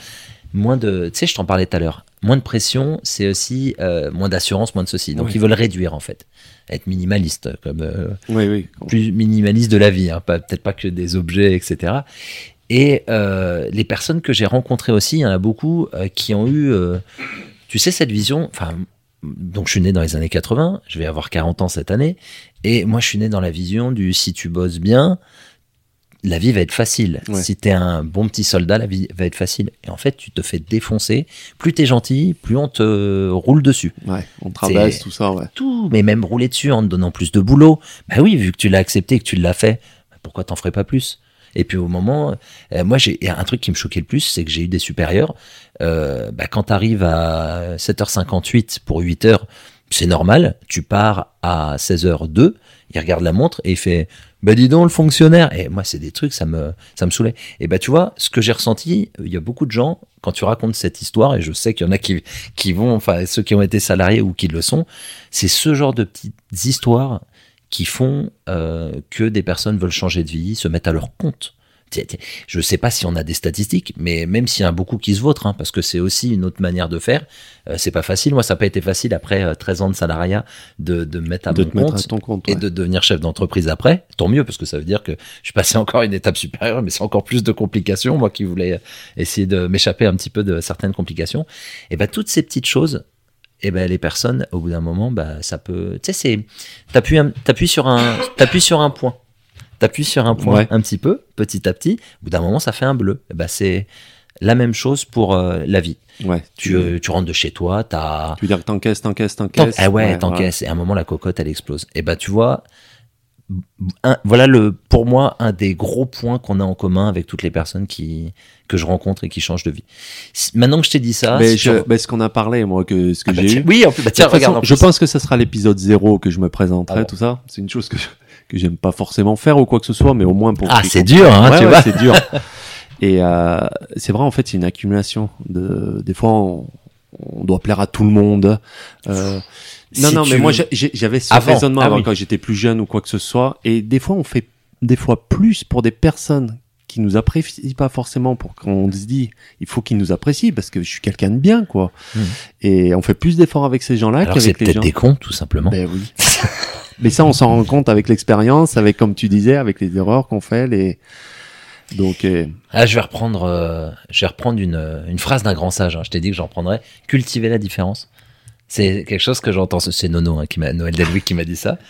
Speaker 3: tu sais, je t'en parlais tout à l'heure. Moins de pression, c'est aussi moins d'assurance, moins de ceci. Donc ils veulent réduire en fait, être minimaliste, comme plus minimaliste de la vie, hein, peut-être pas que des objets, etc. Et les personnes que j'ai rencontrées aussi, il y en a beaucoup qui ont eu, tu sais, cette vision. Enfin, donc je suis né dans les années 80, je vais avoir 40 ans cette année, et moi je suis né dans la vision du si tu bosses bien, la vie va être facile. Si t'es un bon petit soldat, la vie va être facile. Et en fait, tu te fais défoncer. Plus t'es gentil, plus on te roule dessus.
Speaker 2: Ouais, on travaille tout ça,
Speaker 3: Tout, mais même rouler dessus en te donnant plus de boulot. Bah oui, vu que tu l'as accepté, que tu l'as fait, pourquoi t'en ferais pas plus? Et puis au moment, moi j'ai un truc qui me choquait le plus, c'est que j'ai eu des supérieurs. Quand t'arrives à 7h58 pour 8h, c'est normal. Tu pars à 16h02, il regarde la montre et il fait dis donc le fonctionnaire. Et moi c'est des trucs, ça me saoulait. Et tu vois, ce que j'ai ressenti, il y a beaucoup de gens, quand tu racontes cette histoire, et je sais qu'il y en a qui vont, enfin ceux qui ont été salariés ou qui le sont, c'est ce genre de petites histoires qui font que des personnes veulent changer de vie, se mettent à leur compte. Je sais pas si on a des statistiques, mais même s'il y en a beaucoup qui se vautrent, parce que c'est aussi une autre manière de faire, c'est pas facile. Moi, ça n'a pas été facile après 13 ans de salariat de me mettre à ton compte et de devenir chef d'entreprise après. Tant mieux, parce que ça veut dire que je suis passé encore une étape supérieure, mais c'est encore plus de complications. Moi qui voulais essayer de m'échapper un petit peu de certaines complications. Et toutes ces petites choses, les personnes, au bout d'un moment, ça peut, tu sais, t'appuies sur un point. T'appuies sur un point
Speaker 2: Ouais.
Speaker 3: un petit peu, petit à petit. Au bout d'un moment, ça fait un bleu. Et ben, c'est la même chose pour la vie.
Speaker 2: Ouais.
Speaker 3: Tu rentres de chez toi, t'as...
Speaker 2: Tu veux dire que t'encaisses.
Speaker 3: Ah ouais, t'encaisses. Et à un moment, la cocotte, elle explose. Et ben, tu vois, voilà pour moi, un des gros points qu'on a en commun avec toutes les personnes que je rencontre et qui changent de vie. Maintenant que je t'ai dit ça...
Speaker 2: Mais ce qu'on a parlé, moi, ce que j'ai eu.
Speaker 3: Oui, en plus, bah, tiens,
Speaker 2: De toute façon,
Speaker 3: regarde.
Speaker 2: je pense que ça sera l'épisode 0 que je me présenterai,
Speaker 3: Ah bon.
Speaker 2: tout ça. C'est une chose que j'aime pas forcément faire ou quoi que ce soit, mais au moins pour...
Speaker 3: Ah,
Speaker 2: qu'ils
Speaker 3: c'est
Speaker 2: comprennent.
Speaker 3: dur, hein,
Speaker 2: Ouais,
Speaker 3: tu
Speaker 2: ouais,
Speaker 3: vois.
Speaker 2: c'est dur. Et c'est vrai, en fait, c'est une accumulation. Des fois, on doit plaire à tout le monde. Non, mais moi, j'avais ce raisonnement avant, quand j'étais plus jeune ou quoi que ce soit. Et des fois, on fait des fois plus pour des personnes qui nous apprécient pas forcément, pour qu'on se dit, il faut qu'ils nous apprécient parce que je suis quelqu'un de bien, quoi. Et on fait plus d'efforts avec ces gens-là
Speaker 3: Alors que c'est
Speaker 2: qu'avec les
Speaker 3: peut-être
Speaker 2: gens.
Speaker 3: des cons, tout simplement.
Speaker 2: Ben oui. Mais ça, on s'en rend compte avec l'expérience, avec, comme tu disais, avec les erreurs qu'on fait, donc,
Speaker 3: Ah, je vais reprendre une phrase d'un grand sage. Hein. Je t'ai dit que j'en reprendrais. Cultiver la différence. C'est quelque chose que j'entends. C'est Nono, hein, Noël Delwick qui m'a dit ça.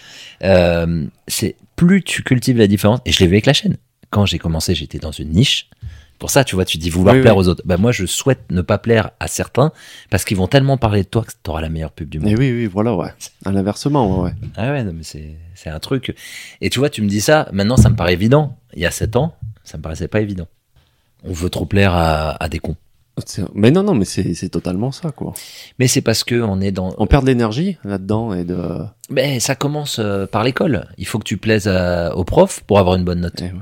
Speaker 3: C'est plus tu cultives la différence. Et je l'ai vu avec la chaîne. Quand j'ai commencé, j'étais dans une niche. Pour ça, tu vois, tu dis vouloir plaire aux autres. Bah, moi, je souhaite ne pas plaire à certains parce qu'ils vont tellement parler de toi que t'auras la meilleure pub du monde.
Speaker 2: et oui, voilà, ouais. À l'inversement, ouais.
Speaker 3: Ah ouais, non, mais c'est un truc. Et tu vois, tu me dis ça, maintenant, ça me paraît évident. Il y a 7 ans, ça me paraissait pas évident. On veut trop plaire à des cons.
Speaker 2: Mais non, mais c'est totalement ça, quoi.
Speaker 3: Mais c'est parce que on est dans...
Speaker 2: On perd de l'énergie là-dedans
Speaker 3: Mais ça commence par l'école. Il faut que tu plaises aux profs pour avoir une bonne note.
Speaker 2: Ouais.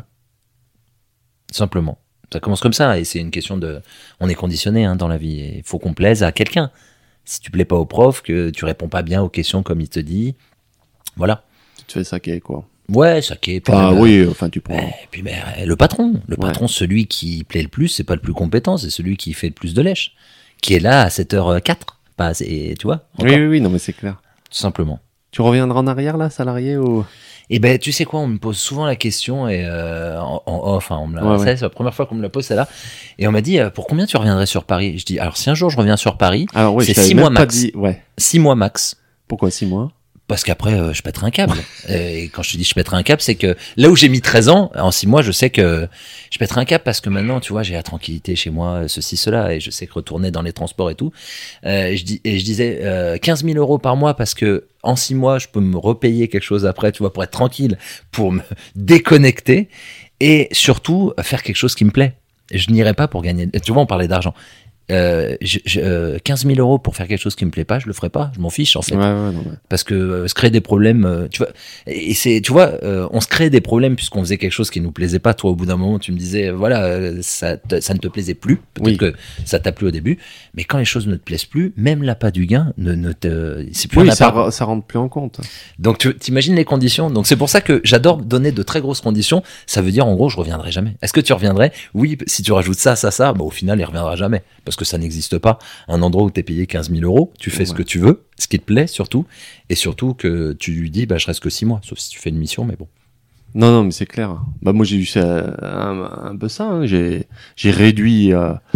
Speaker 3: Simplement. Ça commence comme ça, et c'est une question de... On est conditionné dans la vie, et il faut qu'on plaise à quelqu'un. Si tu plais pas au prof, que tu réponds pas bien aux questions comme il te dit, voilà.
Speaker 2: Tu te fais saquer, quoi.
Speaker 3: Ouais, ça qui est...
Speaker 2: Ah oui, enfin, tu prends...
Speaker 3: Et puis le patron, celui qui plaît le plus, c'est pas le plus compétent, c'est celui qui fait le plus de lèche, qui est là à 7h04, pas assez, tu vois, encore,
Speaker 2: Oui, non, mais c'est clair.
Speaker 3: tout simplement.
Speaker 2: Tu reviendras en arrière, là, salarié, ou...
Speaker 3: Et ben, tu sais quoi, on me pose souvent la question, et en off, on me l'a, c'est la première fois qu'on me la pose, celle-là, et on m'a dit, pour combien tu reviendrais sur Paris? Je dis, alors si un jour je reviens sur Paris,
Speaker 2: Alors, oui,
Speaker 3: c'est
Speaker 2: je t'avais
Speaker 3: 6
Speaker 2: même
Speaker 3: mois
Speaker 2: pas
Speaker 3: max.
Speaker 2: dit... Ouais.
Speaker 3: 6 mois max.
Speaker 2: Pourquoi 6 mois?
Speaker 3: Parce qu'après, je pèterai un câble. Et quand je te dis je pèterai un câble, c'est que là où j'ai mis 13 ans, en 6 mois, je sais que je pèterai un câble parce que maintenant, tu vois, j'ai la tranquillité chez moi, ceci, cela, et je sais que retourner dans les transports et tout. Je disais 15 000 euros par mois parce que en 6 mois, je peux me repayer quelque chose après, tu vois, pour être tranquille, pour me déconnecter et surtout faire quelque chose qui me plaît. Je n'irai pas pour gagner. Tu vois, on parlait d'argent. 15 000 euros pour faire quelque chose qui me plaît pas, je le ferai pas, je m'en fiche en fait.
Speaker 2: Ouais, non, ouais.
Speaker 3: Parce que se créer des problèmes, tu vois, et c'est, tu vois, on se crée des problèmes puisqu'on faisait quelque chose qui nous plaisait pas. Toi, au bout d'un moment, tu me disais, voilà, ça ne te plaisait plus. Peut-être que ça t'a plu au début, mais quand les choses ne te plaisent plus, même l'appât du gain c'est plus un appât.
Speaker 2: Ça rentre plus en compte.
Speaker 3: Donc, tu t'imagines les conditions. Donc, c'est pour ça que j'adore donner de très grosses conditions. Ça veut dire, en gros, je reviendrai jamais. Est-ce que tu reviendrais? Oui, si tu rajoutes ça, bah, au final, il reviendra jamais. Parce que ça n'existe pas. Un endroit où t'es payé 15 000 euros, tu fais ce que tu veux, ce qui te plaît surtout, et surtout que tu lui dis, bah, je reste que 6 mois, sauf si tu fais une mission, mais bon.
Speaker 2: Non, mais c'est clair. Bah, moi, j'ai eu ça, un peu ça, hein. J'ai réduit,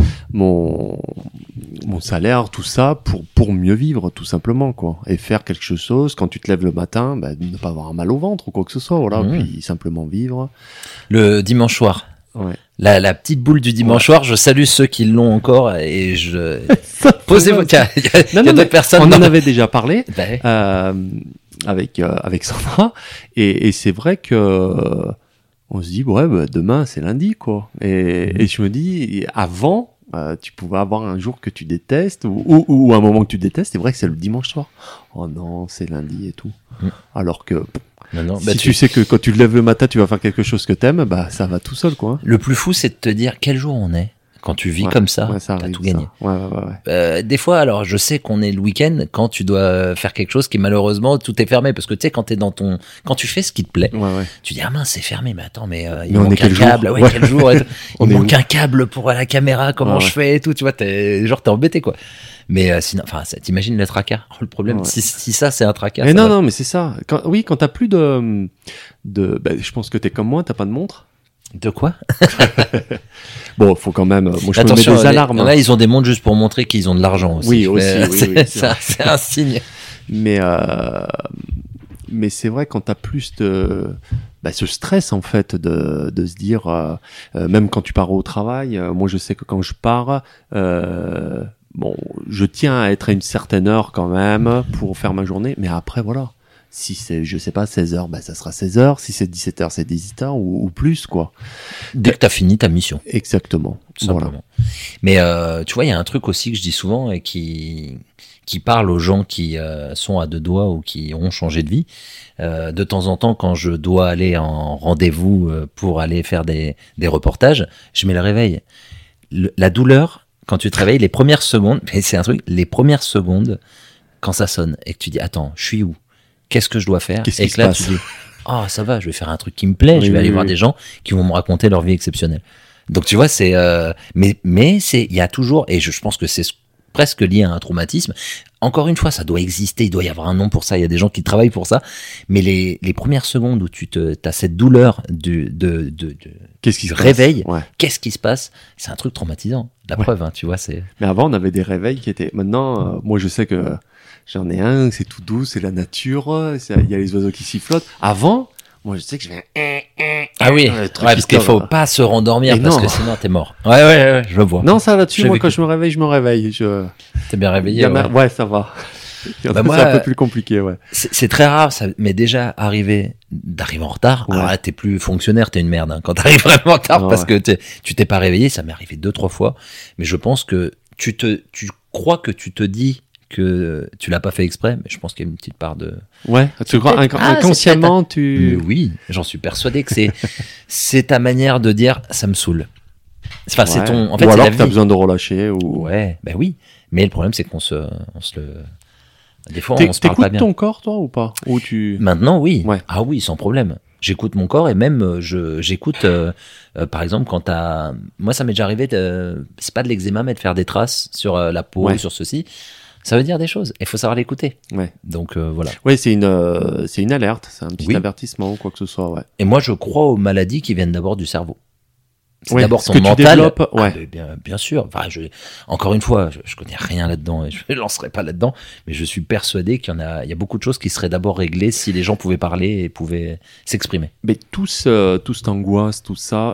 Speaker 2: mon salaire, tout ça, pour mieux vivre, tout simplement, quoi. Et faire quelque chose, quand tu te lèves le matin, bah, ne pas avoir un mal au ventre ou quoi que ce soit, voilà. Puis simplement vivre.
Speaker 3: Le dimanche soir.
Speaker 2: Ouais.
Speaker 3: La petite boule du dimanche soir, je salue ceux qui l'ont encore et je... Posez-vous, tiens, il y a d'autres personnes.
Speaker 2: On en avait déjà parlé,
Speaker 3: Ouais.
Speaker 2: avec Sandra, et c'est vrai que, on se dit, ouais, bah, demain, c'est lundi, quoi. Et je me dis, avant, tu pouvais avoir un jour que tu détestes, ou un moment que tu détestes, c'est vrai que c'est le dimanche soir. Oh non, c'est lundi et tout. Alors que,
Speaker 3: Non,
Speaker 2: si tu sais que quand tu te lèves le matin, tu vas faire quelque chose que t'aimes, bah, ça va tout seul, quoi.
Speaker 3: Le plus fou, c'est de te dire quel jour on est. Quand tu vis comme ça,
Speaker 2: ça
Speaker 3: t'as
Speaker 2: arrive,
Speaker 3: tout gagné.
Speaker 2: Ouais.
Speaker 3: Des fois, alors, je sais qu'on est le week-end quand tu dois faire quelque chose qui malheureusement tout est fermé parce que tu sais quand quand tu fais ce qui te plaît, tu dis ah mince c'est fermé, mais attends il manque un câble, quel jour il manque un câble pour la caméra, comment je fais et tout, tu vois, t'es embêté quoi. Mais sinon, enfin, t'imagines le tracas. Le problème, si ça c'est un tracas.
Speaker 2: Mais non, mais c'est ça. Quand t'as plus de, je pense que t'es comme moi, t'as pas de montre.
Speaker 3: De quoi?
Speaker 2: Bon, faut quand même. Moi, je
Speaker 3: attention,
Speaker 2: me mets des alarmes.
Speaker 3: Là, ils ont des montres juste pour montrer qu'ils ont de l'argent aussi.
Speaker 2: Oui, aussi.
Speaker 3: C'est un signe.
Speaker 2: Mais c'est vrai quand t'as plus ce stress en fait de se dire même quand tu pars au travail, moi je sais que quand je pars bon, je tiens à être à une certaine heure quand même pour faire ma journée, mais après voilà, si c'est je sais pas 16h, ça sera 16h, si c'est 17h c'est 17h ou plus quoi.
Speaker 3: Dès que t'as fini ta mission.
Speaker 2: Exactement.
Speaker 3: Tout simplement. Mais tu vois, il y a un truc aussi que je dis souvent et qui parle aux gens qui sont à 2 doigts ou qui ont changé de vie. De temps en temps, quand je dois aller en rendez-vous pour aller faire des reportages, je mets le réveil. La douleur, quand tu te réveilles, les premières secondes, mais c'est un truc, les premières secondes, quand ça sonne et que tu dis, attends, je suis où? Qu'est-ce que je dois faire?
Speaker 2: Qu'est-ce
Speaker 3: et
Speaker 2: qui
Speaker 3: que là,
Speaker 2: se
Speaker 3: tu
Speaker 2: passe
Speaker 3: dis, ah, ça va, je vais faire un truc qui me plaît,
Speaker 2: Oui,
Speaker 3: je vais aller voir
Speaker 2: oui.
Speaker 3: des gens qui vont me raconter leur vie exceptionnelle. Donc tu vois, c'est mais c'est il y a toujours, et je pense que c'est presque lié à un traumatisme. Encore une fois, ça doit exister, il doit y avoir un nom pour ça, il y a des gens qui travaillent pour ça, mais les premières secondes où t'as cette douleur de
Speaker 2: Qu'est-ce qui se
Speaker 3: réveil,
Speaker 2: passe? Ouais.
Speaker 3: qu'est-ce qui se passe? C'est un truc traumatisant. La preuve, hein, tu vois, c'est...
Speaker 2: Mais avant, on avait des réveils qui étaient. Maintenant, moi, je sais que j'en ai un, c'est tout doux, c'est la nature, il y a les oiseaux qui sifflotent. Avant, moi, je sais que je vais.
Speaker 3: Ah oui,
Speaker 2: Le truc
Speaker 3: parce
Speaker 2: qui
Speaker 3: qu'il faut
Speaker 2: sort.
Speaker 3: pas se rendormir,
Speaker 2: Et
Speaker 3: parce
Speaker 2: non.
Speaker 3: que sinon t'es mort. Ouais, je le vois.
Speaker 2: Non, ça là-dessus,
Speaker 3: J'ai
Speaker 2: moi,
Speaker 3: vécu.
Speaker 2: quand je me réveille.
Speaker 3: T'es bien
Speaker 2: Il
Speaker 3: réveillé.
Speaker 2: y en a-
Speaker 3: Ouais.
Speaker 2: Ouais, ça va. Il y en a,
Speaker 3: Bah, moi,
Speaker 2: c'est un peu plus compliqué, ouais.
Speaker 3: C'est très rare, ça m'est déjà arrivé d'arriver en retard.
Speaker 2: Ouais.
Speaker 3: Alors là, t'es plus fonctionnaire, t'es une merde. Hein. Quand t'arrives vraiment en retard
Speaker 2: Ah
Speaker 3: parce
Speaker 2: ouais.
Speaker 3: que tu t'es pas réveillé, ça m'est arrivé 2-3 fois. Mais je pense que tu crois que tu te dis que tu l'as pas fait exprès, mais je pense qu'il y a une petite part de...
Speaker 2: Ouais, tu crois
Speaker 3: peut-être- Ah,
Speaker 2: inconsciemment,
Speaker 3: Mais
Speaker 2: tu.
Speaker 3: oui, j'en suis persuadé que c'est ta manière de dire ça me saoule. Enfin, c'est
Speaker 2: Ouais.
Speaker 3: ton... En fait,
Speaker 2: Ou
Speaker 3: c'est
Speaker 2: alors
Speaker 3: la
Speaker 2: que t'as
Speaker 3: vie.
Speaker 2: besoin de relâcher. Ou...
Speaker 3: Ouais, ben oui. Mais le problème, c'est qu'on se le... Des fois,
Speaker 2: T'é-
Speaker 3: on se parle pas
Speaker 2: T'écoutes
Speaker 3: bien.
Speaker 2: ton corps, toi, ou pas? Ou tu.
Speaker 3: Maintenant, oui.
Speaker 2: Ouais.
Speaker 3: Ah oui, sans problème. J'écoute mon corps et même j'écoute, par exemple, quand t'as... Moi, ça m'est déjà arrivé, c'est pas de l'eczéma, mais de faire des traces sur la peau,
Speaker 2: Ouais.
Speaker 3: sur ceci. Ça veut dire des choses. Il faut savoir l'écouter.
Speaker 2: Ouais.
Speaker 3: Donc voilà.
Speaker 2: Ouais, c'est une alerte, c'est un petit
Speaker 3: Oui.
Speaker 2: avertissement ou quoi que ce soit, ouais.
Speaker 3: Et moi, je crois aux maladies qui viennent d'abord du cerveau. C'est
Speaker 2: Ouais,
Speaker 3: d'abord
Speaker 2: ce
Speaker 3: ton
Speaker 2: que tu
Speaker 3: mental.
Speaker 2: développes,
Speaker 3: Ah,
Speaker 2: ouais.
Speaker 3: mais bien sûr. Enfin, encore une fois, je connais rien là-dedans et je ne lancerai pas là-dedans, mais je suis persuadé qu'il y a beaucoup de choses qui seraient d'abord réglées si les gens pouvaient parler et pouvaient s'exprimer.
Speaker 2: Mais tout cette angoisse, tout ça,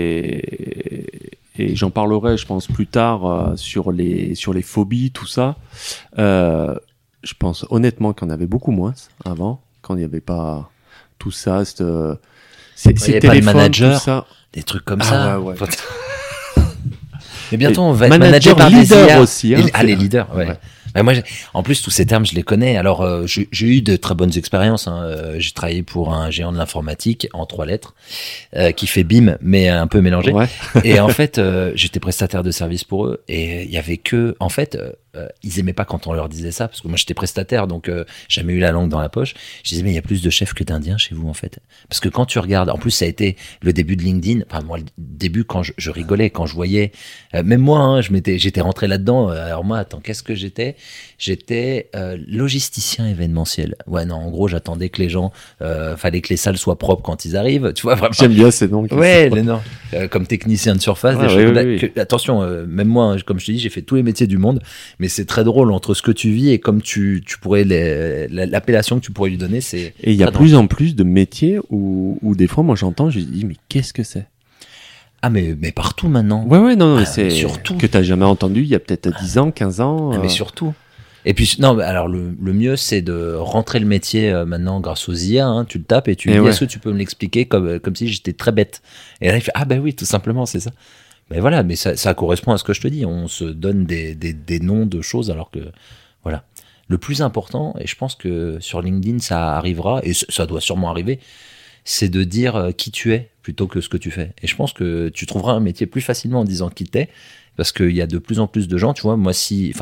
Speaker 2: et j'en parlerai, je pense, plus tard sur les phobies, tout ça. Je pense honnêtement qu'il y en avait beaucoup moins avant, quand il n'y avait pas tout ça,
Speaker 3: il y
Speaker 2: ces
Speaker 3: avait pas de
Speaker 2: téléphones,
Speaker 3: manager.
Speaker 2: tout ça.
Speaker 3: Des trucs comme
Speaker 2: Ah
Speaker 3: ça.
Speaker 2: ouais.
Speaker 3: Mais bientôt,
Speaker 2: Et
Speaker 3: on va être
Speaker 2: manager,
Speaker 3: managé par des
Speaker 2: leader
Speaker 3: IA.
Speaker 2: aussi, hein, c'est-
Speaker 3: Les leaders, ouais.
Speaker 2: Ouais.
Speaker 3: Ouais, moi, en plus, tous ces termes, je les connais. Alors, j'ai eu de très bonnes expériences. Hein. J'ai travaillé pour un géant de l'informatique en 3 lettres, qui fait BIM, mais un peu mélangé.
Speaker 2: Ouais.
Speaker 3: Et en fait, j'étais prestataire de service pour eux. Et il y avait que, en fait, ils aimaient pas quand on leur disait ça, parce que moi j'étais prestataire, donc jamais eu la langue dans la poche. Je disais, mais il y a plus de chefs que d'Indiens chez vous, en fait. Parce que quand tu regardes, en plus ça a été le début de LinkedIn. Enfin, moi, le début, quand je rigolais, quand je voyais, même moi, hein, j'étais rentré là-dedans. Alors moi, attends, qu'est-ce que j'étais? J'étais logisticien événementiel. Ouais, non, en gros, j'attendais que les gens, fallait que les salles soient propres quand ils arrivent. Tu vois, vraiment.
Speaker 2: J'aime bien ces noms.
Speaker 3: Ouais, non. Comme technicien de surface,
Speaker 2: Ah,
Speaker 3: des
Speaker 2: oui,
Speaker 3: choses
Speaker 2: oui, oui.
Speaker 3: attention, même moi, hein, comme je te dis, j'ai fait tous les métiers du monde, mais c'est très drôle entre ce que tu vis et comme tu pourrais l'appellation que tu pourrais lui donner, c'est.
Speaker 2: Et il y a
Speaker 3: très
Speaker 2: plus en plus de métiers où des fois, moi j'entends, je dis, mais qu'est-ce que c'est?
Speaker 3: Ah, mais partout maintenant.
Speaker 2: Ouais, non,
Speaker 3: Ah,
Speaker 2: c'est
Speaker 3: surtout.
Speaker 2: que t'as jamais entendu il y a peut-être 10 ans, 15 ans.
Speaker 3: Ah, mais surtout. Et puis, non, mais alors le mieux, c'est de rentrer le métier maintenant grâce aux IA. Hein, tu le tapes et tu lui dis,
Speaker 2: ouais.
Speaker 3: est-ce que tu peux me l'expliquer comme si j'étais très bête? Et là, il fait, ah, ben oui, tout simplement, c'est ça. Mais voilà, mais ça correspond à ce que je te dis. On se donne des noms de choses alors que, voilà. Le plus important, et je pense que sur LinkedIn, ça arrivera, et ça doit sûrement arriver, c'est de dire qui tu es plutôt que ce que tu fais. Et je pense que tu trouveras un métier plus facilement en disant qui t'es, parce qu'il y a de plus en plus de gens, tu vois, moi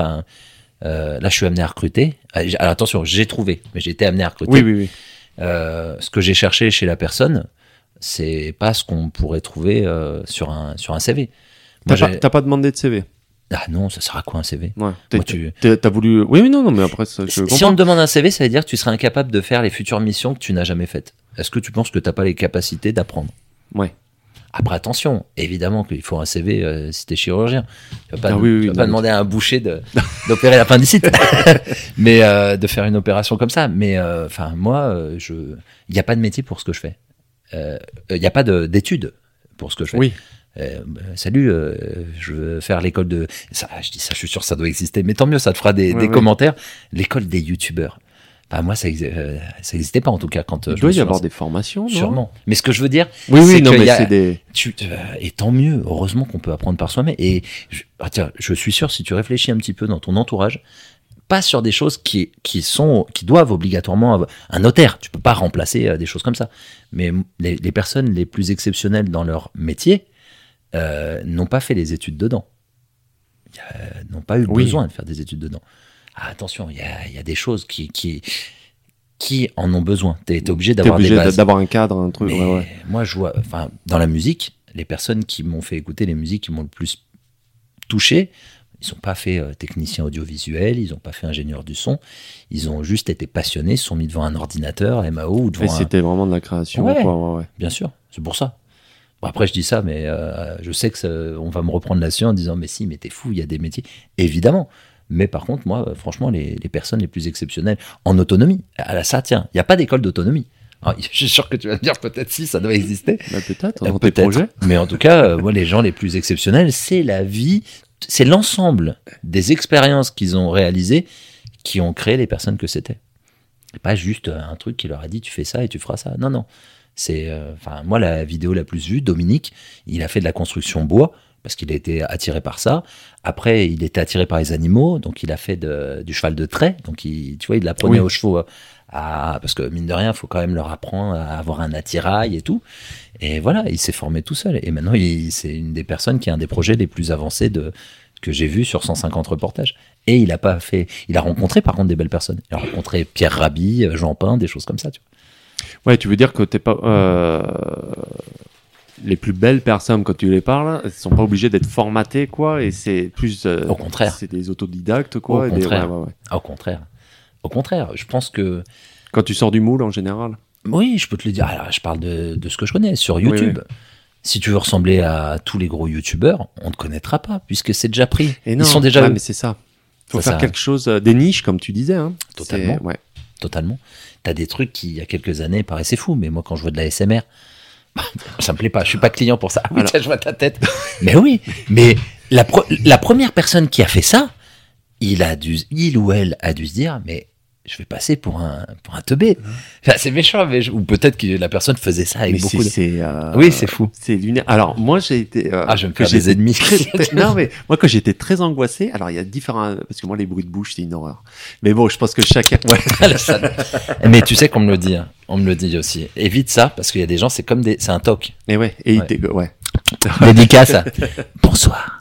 Speaker 3: là, je suis amené à recruter. Alors attention, j'ai trouvé, mais j'ai été amené à recruter.
Speaker 2: Oui.
Speaker 3: Ce que j'ai cherché chez la personne, c'est pas ce qu'on pourrait trouver sur un CV. Moi,
Speaker 2: T'as pas demandé de CV?
Speaker 3: Ah non, ça sert à quoi un CV?
Speaker 2: Ouais.
Speaker 3: Moi,
Speaker 2: T'as voulu. Oui, non, mais après, ça, je
Speaker 3: Si on
Speaker 2: comprends.
Speaker 3: te demande un CV, ça veut dire que tu serais incapable de faire les futures missions que tu n'as jamais faites. Est-ce que tu penses que t'as pas les capacités d'apprendre?
Speaker 2: Ouais.
Speaker 3: Après, attention, évidemment qu'il faut un CV si t'es chirurgien. Tu vas pas,
Speaker 2: oui,
Speaker 3: pas demander à un boucher d'opérer l'appendicite, mais de faire une opération comme ça. Mais enfin, moi, il n'y a pas de métier pour ce que je fais. il n'y a pas d'études pour ce que je fais.
Speaker 2: Oui.
Speaker 3: Salut, je veux faire l'école de... Ça, je dis ça, je suis sûr que ça doit exister, mais tant mieux, ça te fera des
Speaker 2: Ouais.
Speaker 3: commentaires. L'école des youtubeurs. Enfin, moi, ça n'existait pas en tout cas quand
Speaker 2: Il
Speaker 3: je
Speaker 2: doit
Speaker 3: me
Speaker 2: y
Speaker 3: suis
Speaker 2: avoir
Speaker 3: lancé.
Speaker 2: des formations, non?
Speaker 3: Sûrement. Mais ce que je veux dire,
Speaker 2: Oui,
Speaker 3: c'est
Speaker 2: non,
Speaker 3: qu'il
Speaker 2: mais
Speaker 3: y a-
Speaker 2: c'est des...
Speaker 3: et tant mieux, heureusement qu'on peut apprendre par soi-même. Et tiens, je suis sûr, si tu réfléchis un petit peu dans ton entourage, pas sur des choses qui doivent obligatoirement avoir un notaire. Tu peux pas remplacer des choses comme ça. Mais les personnes les plus exceptionnelles dans leur métier n'ont pas fait les études dedans. N'ont pas eu
Speaker 2: Oui.
Speaker 3: besoin de faire des études dedans. Ah, attention, il y a des choses qui en ont besoin. T'es obligé
Speaker 2: T'es
Speaker 3: d'avoir des
Speaker 2: obligé
Speaker 3: bases.
Speaker 2: d'avoir un cadre, un truc.
Speaker 3: Mais
Speaker 2: Ouais.
Speaker 3: moi, je vois, enfin, dans la musique, les personnes qui m'ont fait écouter les musiques qui m'ont le plus touché, ils n'ont pas fait technicien audiovisuel, ils n'ont pas fait ingénieur du son, ils ont juste été passionnés, se sont mis devant un ordinateur, MAO ou
Speaker 2: Et
Speaker 3: devant un...
Speaker 2: c'était vraiment de la création,
Speaker 3: Ouais.
Speaker 2: quoi. Ouais.
Speaker 3: Bien sûr, c'est pour ça. Bon, après, je dis ça, mais je sais que on va me reprendre là-dessus en disant, mais si, mais t'es fou, il y a des métiers. Évidemment. Mais par contre, moi, franchement, les personnes les plus exceptionnelles en autonomie, ça, tiens, il n'y a pas d'école d'autonomie. Alors, je suis sûr que tu vas me dire, peut-être si, ça doit exister.
Speaker 2: Bah, peut-être, dans tes
Speaker 3: Peut-être.
Speaker 2: projets.
Speaker 3: Mais en tout cas, moi, les gens les plus exceptionnels, c'est la vie, c'est l'ensemble des expériences qu'ils ont réalisées qui ont créé les personnes que c'était. Et pas juste un truc qui leur a dit tu fais ça et tu feras ça. Non, non. C'est, moi, la vidéo la plus vue, Dominique, il a fait de la construction bois parce qu'il a été attiré par ça. Après, il était attiré par les animaux, donc il a fait du cheval de trait. Donc, tu vois, il apprenait
Speaker 2: Oui.
Speaker 3: aux chevaux parce que mine de rien, il faut quand même leur apprendre à avoir un attirail et tout. Et voilà, il s'est formé tout seul. Et maintenant, c'est une des personnes qui a un des projets les plus avancés que j'ai vu sur 150 reportages. Et il a rencontré par contre des belles personnes. Il a rencontré Pierre Rabhi, Jean Pain, des choses comme ça. Tu vois.
Speaker 2: Ouais, tu veux dire que t'es pas. Les plus belles personnes, quand tu les parles, elles sont pas obligées d'être formatées, quoi, et c'est plus.
Speaker 3: Au contraire.
Speaker 2: C'est des autodidactes, quoi.
Speaker 3: Au
Speaker 2: et
Speaker 3: contraire.
Speaker 2: Ouais.
Speaker 3: Au contraire. Au contraire, je pense que...
Speaker 2: Quand tu sors du moule, en général.
Speaker 3: Oui, je peux te le dire. Alors, je parle de ce que je connais sur YouTube.
Speaker 2: Oui.
Speaker 3: Si tu veux ressembler à tous les gros YouTubeurs, on ne te connaîtra pas, puisque c'est déjà pris.
Speaker 2: Et non,
Speaker 3: Ils sont déjà...
Speaker 2: ouais, mais c'est ça. Faut
Speaker 3: Ça,
Speaker 2: faire quelque chose, des niches, comme tu disais. Hein.
Speaker 3: Totalement.
Speaker 2: Ouais.
Speaker 3: Totalement. T'as des trucs qui, il y a quelques années, paraissaient fous, mais moi, quand je vois de la SMR, ça me plaît pas. Je suis pas client pour ça. Ah oui,
Speaker 2: Alors.
Speaker 3: tiens, je vois ta tête. Mais oui, mais la première personne qui a fait ça, il ou elle a dû se dire, mais je vais passer pour un teubé. Enfin, c'est méchant, ou peut-être que la personne faisait ça avec
Speaker 2: Mais
Speaker 3: beaucoup de...
Speaker 2: c'est
Speaker 3: Oui, c'est fou.
Speaker 2: c'est lunaire. Alors, moi, j'ai été.
Speaker 3: Je vais me
Speaker 2: que
Speaker 3: faire des
Speaker 2: j'étais
Speaker 3: ennemis.
Speaker 2: non, mais moi, quand j'étais très angoissé, alors il y a différents. Parce que moi, les bruits de bouche, c'est une horreur. Mais bon, je pense que chacun.
Speaker 3: Ouais, ça- Mais tu sais qu'on me le dit, hein. On me le dit aussi. Évite ça, parce qu'il y a des gens, c'est un toc.
Speaker 2: Et ouais. Ouais.
Speaker 3: Dédicace. Bonsoir.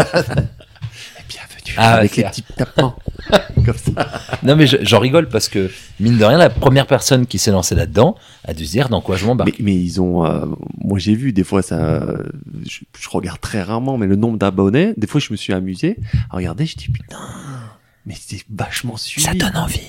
Speaker 2: Bienvenue
Speaker 3: Ah,
Speaker 2: avec
Speaker 3: c'est
Speaker 2: les petits tapements. Comme ça.
Speaker 3: Non, mais j'en rigole parce que, mine de rien, la première personne qui s'est lancée là-dedans a dû se dire dans quoi je m'embarque.
Speaker 2: Mais ils ont. Moi, j'ai vu des fois ça. Je regarde très rarement, mais le nombre d'abonnés. Des fois, je me suis amusé à regarder. Je dis putain, mais c'est vachement suivi.
Speaker 3: Ça donne envie.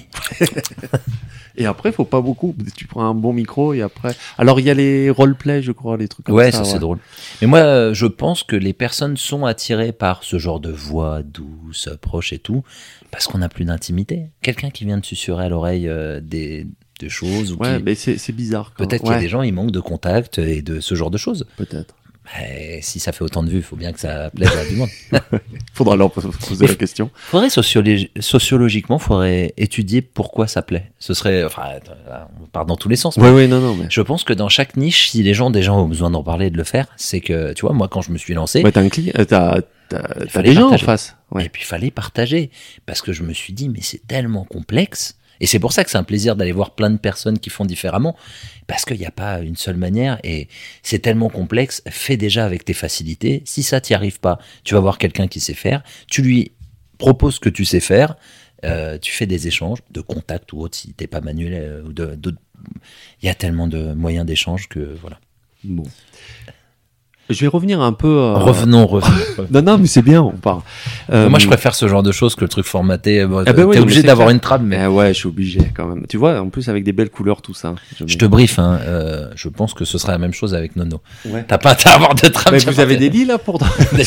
Speaker 2: Et après, faut pas beaucoup. Tu prends un bon micro et après. Alors, il y a les roleplay, je crois, les trucs comme
Speaker 3: Ouais,
Speaker 2: ça.
Speaker 3: ça c'est drôle. Mais moi, je pense que les personnes sont attirées par ce genre de voix douce, proche et tout, parce qu'on n'a plus d'intimité. Quelqu'un qui vient de susurrer à l'oreille des choses, ou
Speaker 2: Ouais,
Speaker 3: qui...
Speaker 2: mais c'est bizarre. quand
Speaker 3: peut-être
Speaker 2: même.
Speaker 3: qu'il y a des gens, ils manquent de contact et de ce genre de choses.
Speaker 2: Peut-être.
Speaker 3: Et si ça fait autant de vues, il faut bien que ça plaise à du monde.
Speaker 2: Faudra leur poser la question.
Speaker 3: Faudrait sociologiquement, faudrait étudier pourquoi ça plaît. Ce serait, enfin, on part dans tous les sens.
Speaker 2: Ouais, non, mais.
Speaker 3: Je pense que dans chaque niche, si les gens ont besoin d'en parler et de le faire, c'est que, tu vois, moi, quand je me suis lancé,
Speaker 2: Ouais, t'as un client, t'as
Speaker 3: fallait
Speaker 2: des gens en
Speaker 3: partager.
Speaker 2: face. Ouais.
Speaker 3: et puis il fallait partager, parce que je me suis dit, mais c'est tellement complexe. Et c'est pour ça que c'est un plaisir d'aller voir plein de personnes qui font différemment, parce qu'il n'y a pas une seule manière, et c'est tellement complexe. Fais déjà avec tes facilités. Si ça t'y arrive pas, tu vas voir quelqu'un qui sait faire, tu lui proposes ce que tu sais faire, tu fais des échanges de contact ou autre, si t'es pas manuel, ou il y a tellement de moyens d'échange que voilà.
Speaker 2: Bon. Je vais revenir un peu.
Speaker 3: Revenons.
Speaker 2: Non, mais c'est bien, on part.
Speaker 3: Moi, je préfère ce genre de choses que le truc formaté. Bon,
Speaker 2: Ah ben ouais,
Speaker 3: t'es
Speaker 2: non,
Speaker 3: obligé
Speaker 2: mais c'est
Speaker 3: d'avoir
Speaker 2: clair.
Speaker 3: une trame, mais
Speaker 2: Ouais, je suis obligé quand même. Tu vois, en plus avec des belles couleurs, tout ça.
Speaker 3: je te briefe. Hein, je pense que ce sera la même chose avec Nono.
Speaker 2: Ouais.
Speaker 3: T'as pas à avoir de trame.
Speaker 2: Mais vous avez des lits là pour.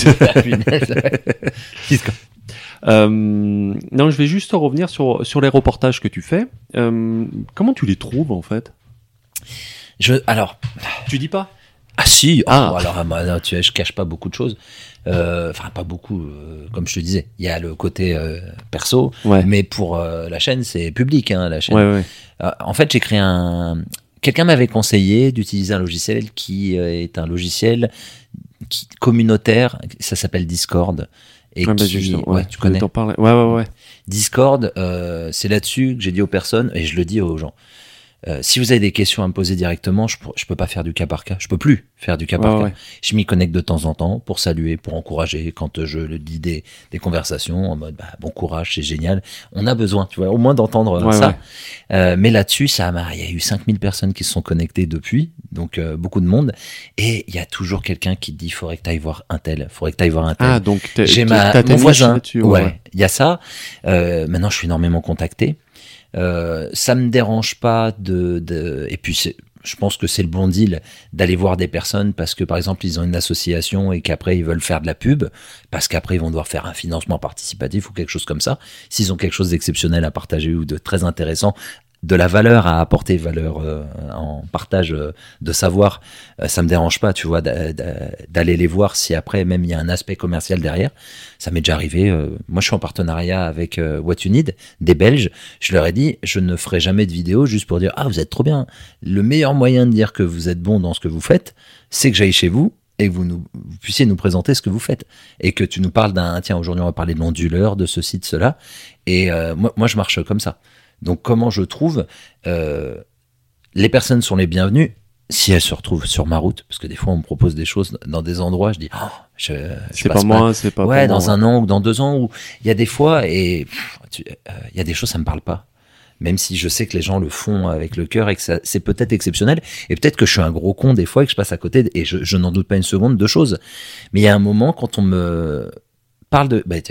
Speaker 2: Non, je vais juste revenir sur les reportages que tu fais. Comment tu les trouves en fait?
Speaker 3: Alors,
Speaker 2: Tu dis pas?
Speaker 3: ah si,
Speaker 2: Ah.
Speaker 3: alors moi, non, je cache pas beaucoup de choses. Enfin, pas beaucoup, comme je te disais. Il y a le côté perso,
Speaker 2: Ouais.
Speaker 3: mais pour la chaîne, c'est public, hein, la chaîne.
Speaker 2: Ouais, ouais.
Speaker 3: En fait, j'ai créé quelqu'un m'avait conseillé d'utiliser un logiciel qui est un logiciel communautaire, ça s'appelle Discord. Et
Speaker 2: Ouais, bah,
Speaker 3: qui,
Speaker 2: justement,
Speaker 3: ouais, tu connais.
Speaker 2: T'en parler. Ouais, ouais, ouais.
Speaker 3: Discord, c'est là-dessus que j'ai dit aux personnes, et je le dis aux gens. Si vous avez des questions à me poser directement, je peux pas faire du cas par cas. Je peux plus faire du cas par cas.
Speaker 2: Ouais.
Speaker 3: Je m'y connecte de temps en temps pour saluer, pour encourager. Quand je le dis des conversations en mode bon courage, c'est génial. On a besoin, tu vois, au moins d'entendre
Speaker 2: Ouais,
Speaker 3: ça. Mais là-dessus, il y a eu 5000 personnes qui se sont connectées depuis, donc beaucoup de monde. Et il y a toujours quelqu'un qui te dit faudrait que tu ailles voir un tel, faudrait que tu ailles voir un tel.
Speaker 2: Ah, donc
Speaker 3: J'ai
Speaker 2: t'as ta
Speaker 3: mon
Speaker 2: niche
Speaker 3: voisin.
Speaker 2: là-dessus,
Speaker 3: Ouais, il y a ça. Maintenant, je suis énormément contacté. Ça me dérange pas et puis je pense que c'est le bon deal d'aller voir des personnes parce que par exemple ils ont une association et qu'après ils veulent faire de la pub parce qu'après ils vont devoir faire un financement participatif ou quelque chose comme ça. S'ils ont quelque chose d'exceptionnel à partager ou de très intéressant, de la valeur à apporter, valeur en partage de savoir, ça me dérange pas, tu vois, d'aller les voir si après même il y a un aspect commercial derrière. Ça m'est déjà arrivé. Moi, je suis en partenariat avec What You Need, des Belges. Je leur ai dit, je ne ferai jamais de vidéo juste pour dire vous êtes trop bien. Le meilleur moyen de dire que vous êtes bon dans ce que vous faites, c'est que j'aille chez vous et que vous puissiez nous présenter ce que vous faites et que tu nous parles tiens, aujourd'hui on va parler de l'onduleur, de ceci, de cela. Et moi, je marche comme ça. Donc, comment je trouve les personnes sont les bienvenues si elles se retrouvent sur ma route, parce que des fois on me propose des choses dans des endroits, je dis
Speaker 2: c'est pas moi, c'est pas
Speaker 3: ouais,
Speaker 2: pour
Speaker 3: dans
Speaker 2: moi.
Speaker 3: un an ou dans 2 ans où il y a des fois et il y a des choses ça me parle pas. Même si je sais que les gens le font avec le cœur et que c'est peut-être exceptionnel, et peut-être que je suis un gros con des fois et que je passe à côté, et je n'en doute pas une seconde de choses. Mais il y a un moment quand on me parle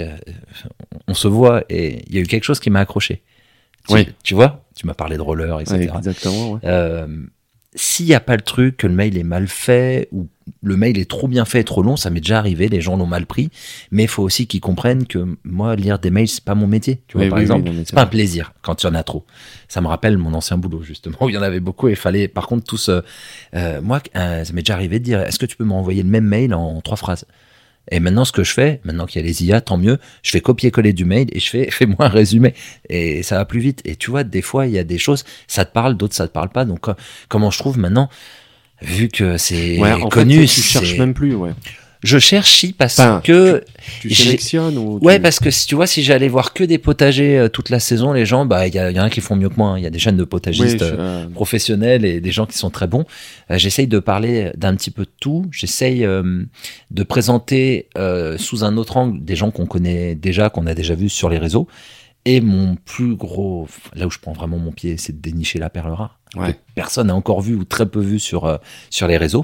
Speaker 3: on se voit et il y a eu quelque chose qui m'a accroché.
Speaker 2: Oui.
Speaker 3: Tu vois, tu m'as parlé de roller, etc.
Speaker 2: Ouais, exactement, ouais.
Speaker 3: S'il n'y a pas le truc, que le mail est mal fait, ou le mail est trop bien fait et trop long, ça m'est déjà arrivé, les gens l'ont mal pris, mais il faut aussi qu'ils comprennent que moi, lire des mails, c'est pas mon métier. Tu vois, par exemple,
Speaker 2: non, mais
Speaker 3: c'est pas un plaisir quand il y en a trop. Ça me rappelle mon ancien boulot, justement, où il y en avait beaucoup et il fallait, par contre, tous, moi, ça m'est déjà arrivé de dire, est-ce que tu peux m'envoyer le même mail en 3 phrases? Et maintenant, ce que je fais, maintenant qu'il y a les IA, tant mieux, je fais copier-coller du mail et je fais-moi un résumé. Et ça va plus vite. Et tu vois, des fois, il y a des choses, ça te parle, d'autres, ça te parle pas. Donc, comment je trouve vu que c'est
Speaker 2: En
Speaker 3: connu.
Speaker 2: fait, tu cherches même plus, ouais.
Speaker 3: Je cherche si parce
Speaker 2: Enfin,
Speaker 3: que
Speaker 2: Tu sélectionnes ou
Speaker 3: ouais, parce que si tu vois, si j'allais voir que des potagers toute la saison, les gens, il y en a qui font mieux que moi. Il y a des chaînes de potagistes professionnels et des gens qui sont très bons. J'essaye de parler d'un petit peu de tout. J'essaye de présenter sous un autre angle des gens qu'on connaît déjà, qu'on a déjà vus sur les réseaux. Et mon plus gros, là où je prends vraiment mon pied, c'est de dénicher la perle rare que personne n'a encore vu ou très peu vu sur les réseaux.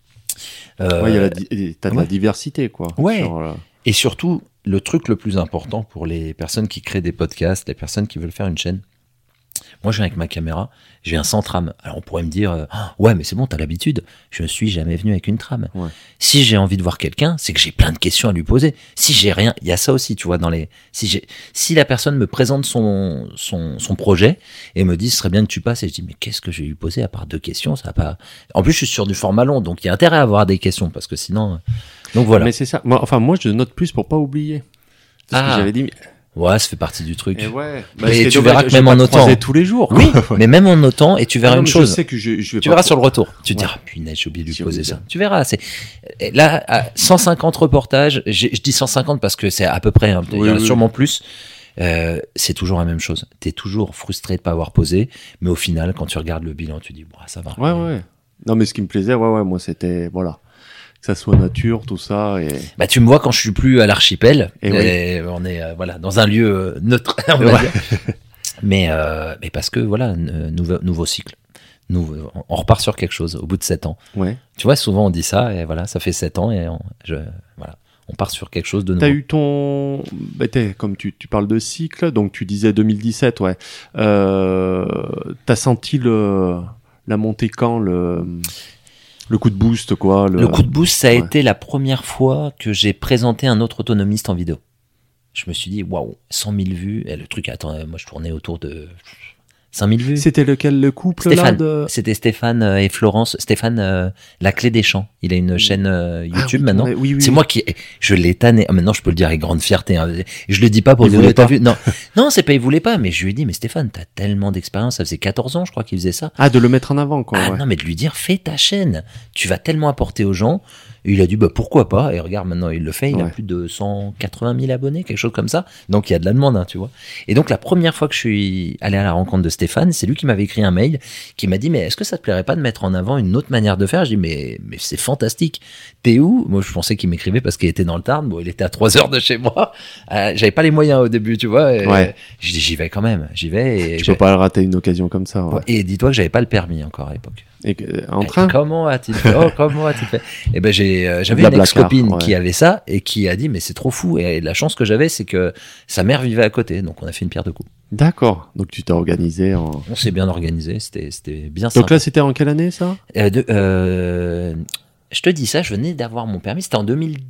Speaker 2: Ouais, t'as de la diversité, quoi.
Speaker 3: Ouais. Et surtout, le truc le plus important pour les personnes qui créent des podcasts, les personnes qui veulent faire une chaîne. Moi, je viens avec ma caméra, je viens sans trame. Alors, on pourrait me dire, ouais, mais c'est bon, t'as l'habitude. Je ne suis jamais venu avec une trame.
Speaker 2: Ouais.
Speaker 3: Si j'ai envie de voir quelqu'un, c'est que j'ai plein de questions à lui poser. Si j'ai rien, il y a ça aussi, tu vois, si la personne me présente son projet et me dit, ce serait bien que tu passes, et je dis, mais qu'est-ce que je vais lui poser à part 2 questions, ça va pas. En plus, je suis sur du format long, donc il y a intérêt à avoir des questions parce que sinon, donc voilà.
Speaker 2: Mais c'est ça. Moi, je note plus pour pas oublier. C'est ce que j'avais dit.
Speaker 3: Ouais, ça fait partie du truc.
Speaker 2: Et ouais.
Speaker 3: Mais tu verras que même en notant
Speaker 2: tous les jours.
Speaker 3: Oui, mais même en notant, et tu verras une chose.
Speaker 2: Je sais que je vais
Speaker 3: tu verras sur le retour. Tu te diras, punaise, j'ai oublié de lui poser ça. Tu verras. Là, à 150 reportages, je dis 150 parce que c'est à peu près, il y en a sûrement plus. C'est toujours la même chose. T'es toujours frustré de pas avoir posé, mais au final, quand tu regardes le bilan, tu dis, ça va.
Speaker 2: Ouais. Non, mais ce qui me plaisait, moi, c'était, voilà. Que ça soit nature, tout ça. Et...
Speaker 3: tu me vois quand je suis plus à l'archipel.
Speaker 2: Et
Speaker 3: on est dans un lieu neutre, on va dire. Mais parce que nouveau cycle. On repart sur quelque chose au bout de 7 ans.
Speaker 2: Ouais.
Speaker 3: Tu vois, souvent on dit ça et voilà, ça fait 7 ans et on part sur quelque chose de nouveau.
Speaker 2: T'as eu comme tu parles de cycle, donc tu disais 2017, ouais. T'as senti la montée quand le coup de boost, quoi.
Speaker 3: Le coup de boost, ça a été la première fois que j'ai présenté un autre autonomiste en vidéo. Je me suis dit, waouh, 100 000 vues. Et le truc, attends, moi je tournais autour de 5000 vues.
Speaker 2: C'était lequel, le couple là
Speaker 3: Stéphane.
Speaker 2: de...
Speaker 3: C'était Stéphane et Florence. Stéphane, la clé des champs. Il a une chaîne YouTube
Speaker 2: oui,
Speaker 3: maintenant.
Speaker 2: oui.
Speaker 3: C'est moi qui, je l'ai tanné. Maintenant, je peux le dire avec grande fierté. Hein. Je le dis pas pour
Speaker 2: Il
Speaker 3: dire,
Speaker 2: voulait
Speaker 3: t'as
Speaker 2: pas.
Speaker 3: vu. Non, non, c'est pas, il voulait pas. Mais je lui ai dit, mais Stéphane, t'as tellement d'expérience. Ça faisait 14 ans, je crois qu'il faisait ça.
Speaker 2: Ah, de le mettre en avant, quoi.
Speaker 3: Ah
Speaker 2: ouais.
Speaker 3: non, mais de lui dire, fais ta chaîne. Tu vas tellement apporter aux gens. Et il a dit, bah, pourquoi pas. Et regarde, maintenant, il le fait. Il a
Speaker 2: Ouais.
Speaker 3: plus de 180 000 abonnés, quelque chose comme ça. Donc, il y a de la demande, hein, tu vois. Et donc, la première fois que je suis allé à la rencontre de Stéphane, c'est lui qui m'avait écrit un mail qui m'a dit, mais est-ce que ça te plairait pas de mettre en avant une autre manière de faire? Je dis, mais c'est fantastique. T'es où? Moi, je pensais qu'il m'écrivait parce qu'il était dans le Tarn. Bon, il était à 3 heures de chez moi. J'avais pas les moyens au début, tu vois. Et
Speaker 2: Ouais.
Speaker 3: je dis, j'y vais quand même. J'y vais. Et
Speaker 2: Tu peux pas rater une occasion comme ça. Ouais.
Speaker 3: Et dis-toi que j'avais pas le permis encore à l'époque.
Speaker 2: Et en train?
Speaker 3: Comment a-t-il fait? Oh, comment a-il fait? Eh ben, j'avais une
Speaker 2: Blablacar,
Speaker 3: ex-copine
Speaker 2: ouais.
Speaker 3: qui avait ça et qui a dit, mais c'est trop fou. Et la chance que j'avais, c'est que sa mère vivait à côté. Donc, on a fait une pierre deux coups.
Speaker 2: D'accord. Donc tu t'es organisé en...
Speaker 3: On s'est bien organisé. C'était bien
Speaker 2: Donc
Speaker 3: sympa.
Speaker 2: là, c'était en quelle année, ça?
Speaker 3: Je te dis ça, je venais d'avoir mon permis. C'était en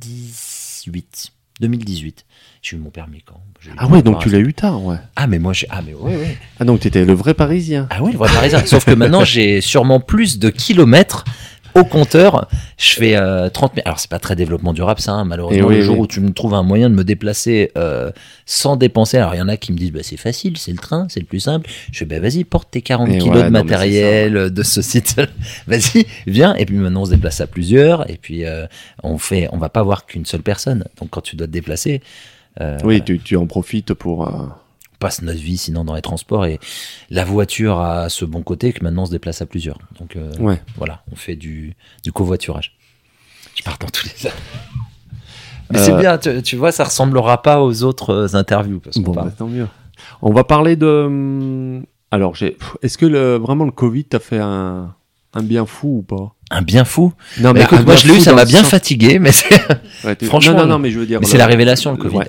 Speaker 3: 2018. 2018. J'ai eu mon permis quand? J'ai eu
Speaker 2: Ah ouais,
Speaker 3: mon
Speaker 2: donc tu l'as eu tard, ouais.
Speaker 3: Ah, mais moi, ah, mais ouais, ouais.
Speaker 2: Ah, donc t'étais le vrai Parisien.
Speaker 3: Ah oui, le vrai parisien. Sauf que maintenant, j'ai sûrement plus de kilomètres au compteur. Je fais 30 000. Alors, c'est pas très développement durable, ça. Hein, malheureusement,
Speaker 2: Et oui,
Speaker 3: le jour
Speaker 2: oui.
Speaker 3: où tu me trouves un moyen de me déplacer sans dépenser. Alors, il y en a qui me disent, bah, c'est facile, c'est le train, c'est le plus simple. Je fais, bah, vas-y, porte tes 40
Speaker 2: Et
Speaker 3: kilos
Speaker 2: ouais,
Speaker 3: de
Speaker 2: non, mais
Speaker 3: matériel, de ceci, de cela. Vas-y, viens. Et puis maintenant, on se déplace à plusieurs. Et puis, on va pas voir qu'une seule personne. Donc, quand tu dois te déplacer,
Speaker 2: Oui, tu en profites pour...
Speaker 3: on passe notre vie sinon dans les transports et la voiture a ce bon côté que maintenant on se déplace à plusieurs. Donc
Speaker 2: Ouais.
Speaker 3: voilà, on fait du covoiturage. Je pars dans tous les sens. Mais c'est bien, tu vois, ça ressemblera pas aux autres interviews. Parce qu'on
Speaker 2: Bon,
Speaker 3: parle.
Speaker 2: bah, tant mieux. On va parler de... Alors, est-ce que vraiment le Covid t'a fait un bien fou ou pas?
Speaker 3: Un bien fou.
Speaker 2: Non,
Speaker 3: Mais écoute,
Speaker 2: un
Speaker 3: moi
Speaker 2: bien
Speaker 3: je l'ai eu,
Speaker 2: fou
Speaker 3: ça
Speaker 2: dans
Speaker 3: m'a
Speaker 2: le
Speaker 3: bien
Speaker 2: sens-
Speaker 3: fatigué, mais c'est...
Speaker 2: Ouais,
Speaker 3: Franchement,
Speaker 2: non, mais je veux dire...
Speaker 3: Mais c'est la révélation, le Covid.
Speaker 2: Ouais.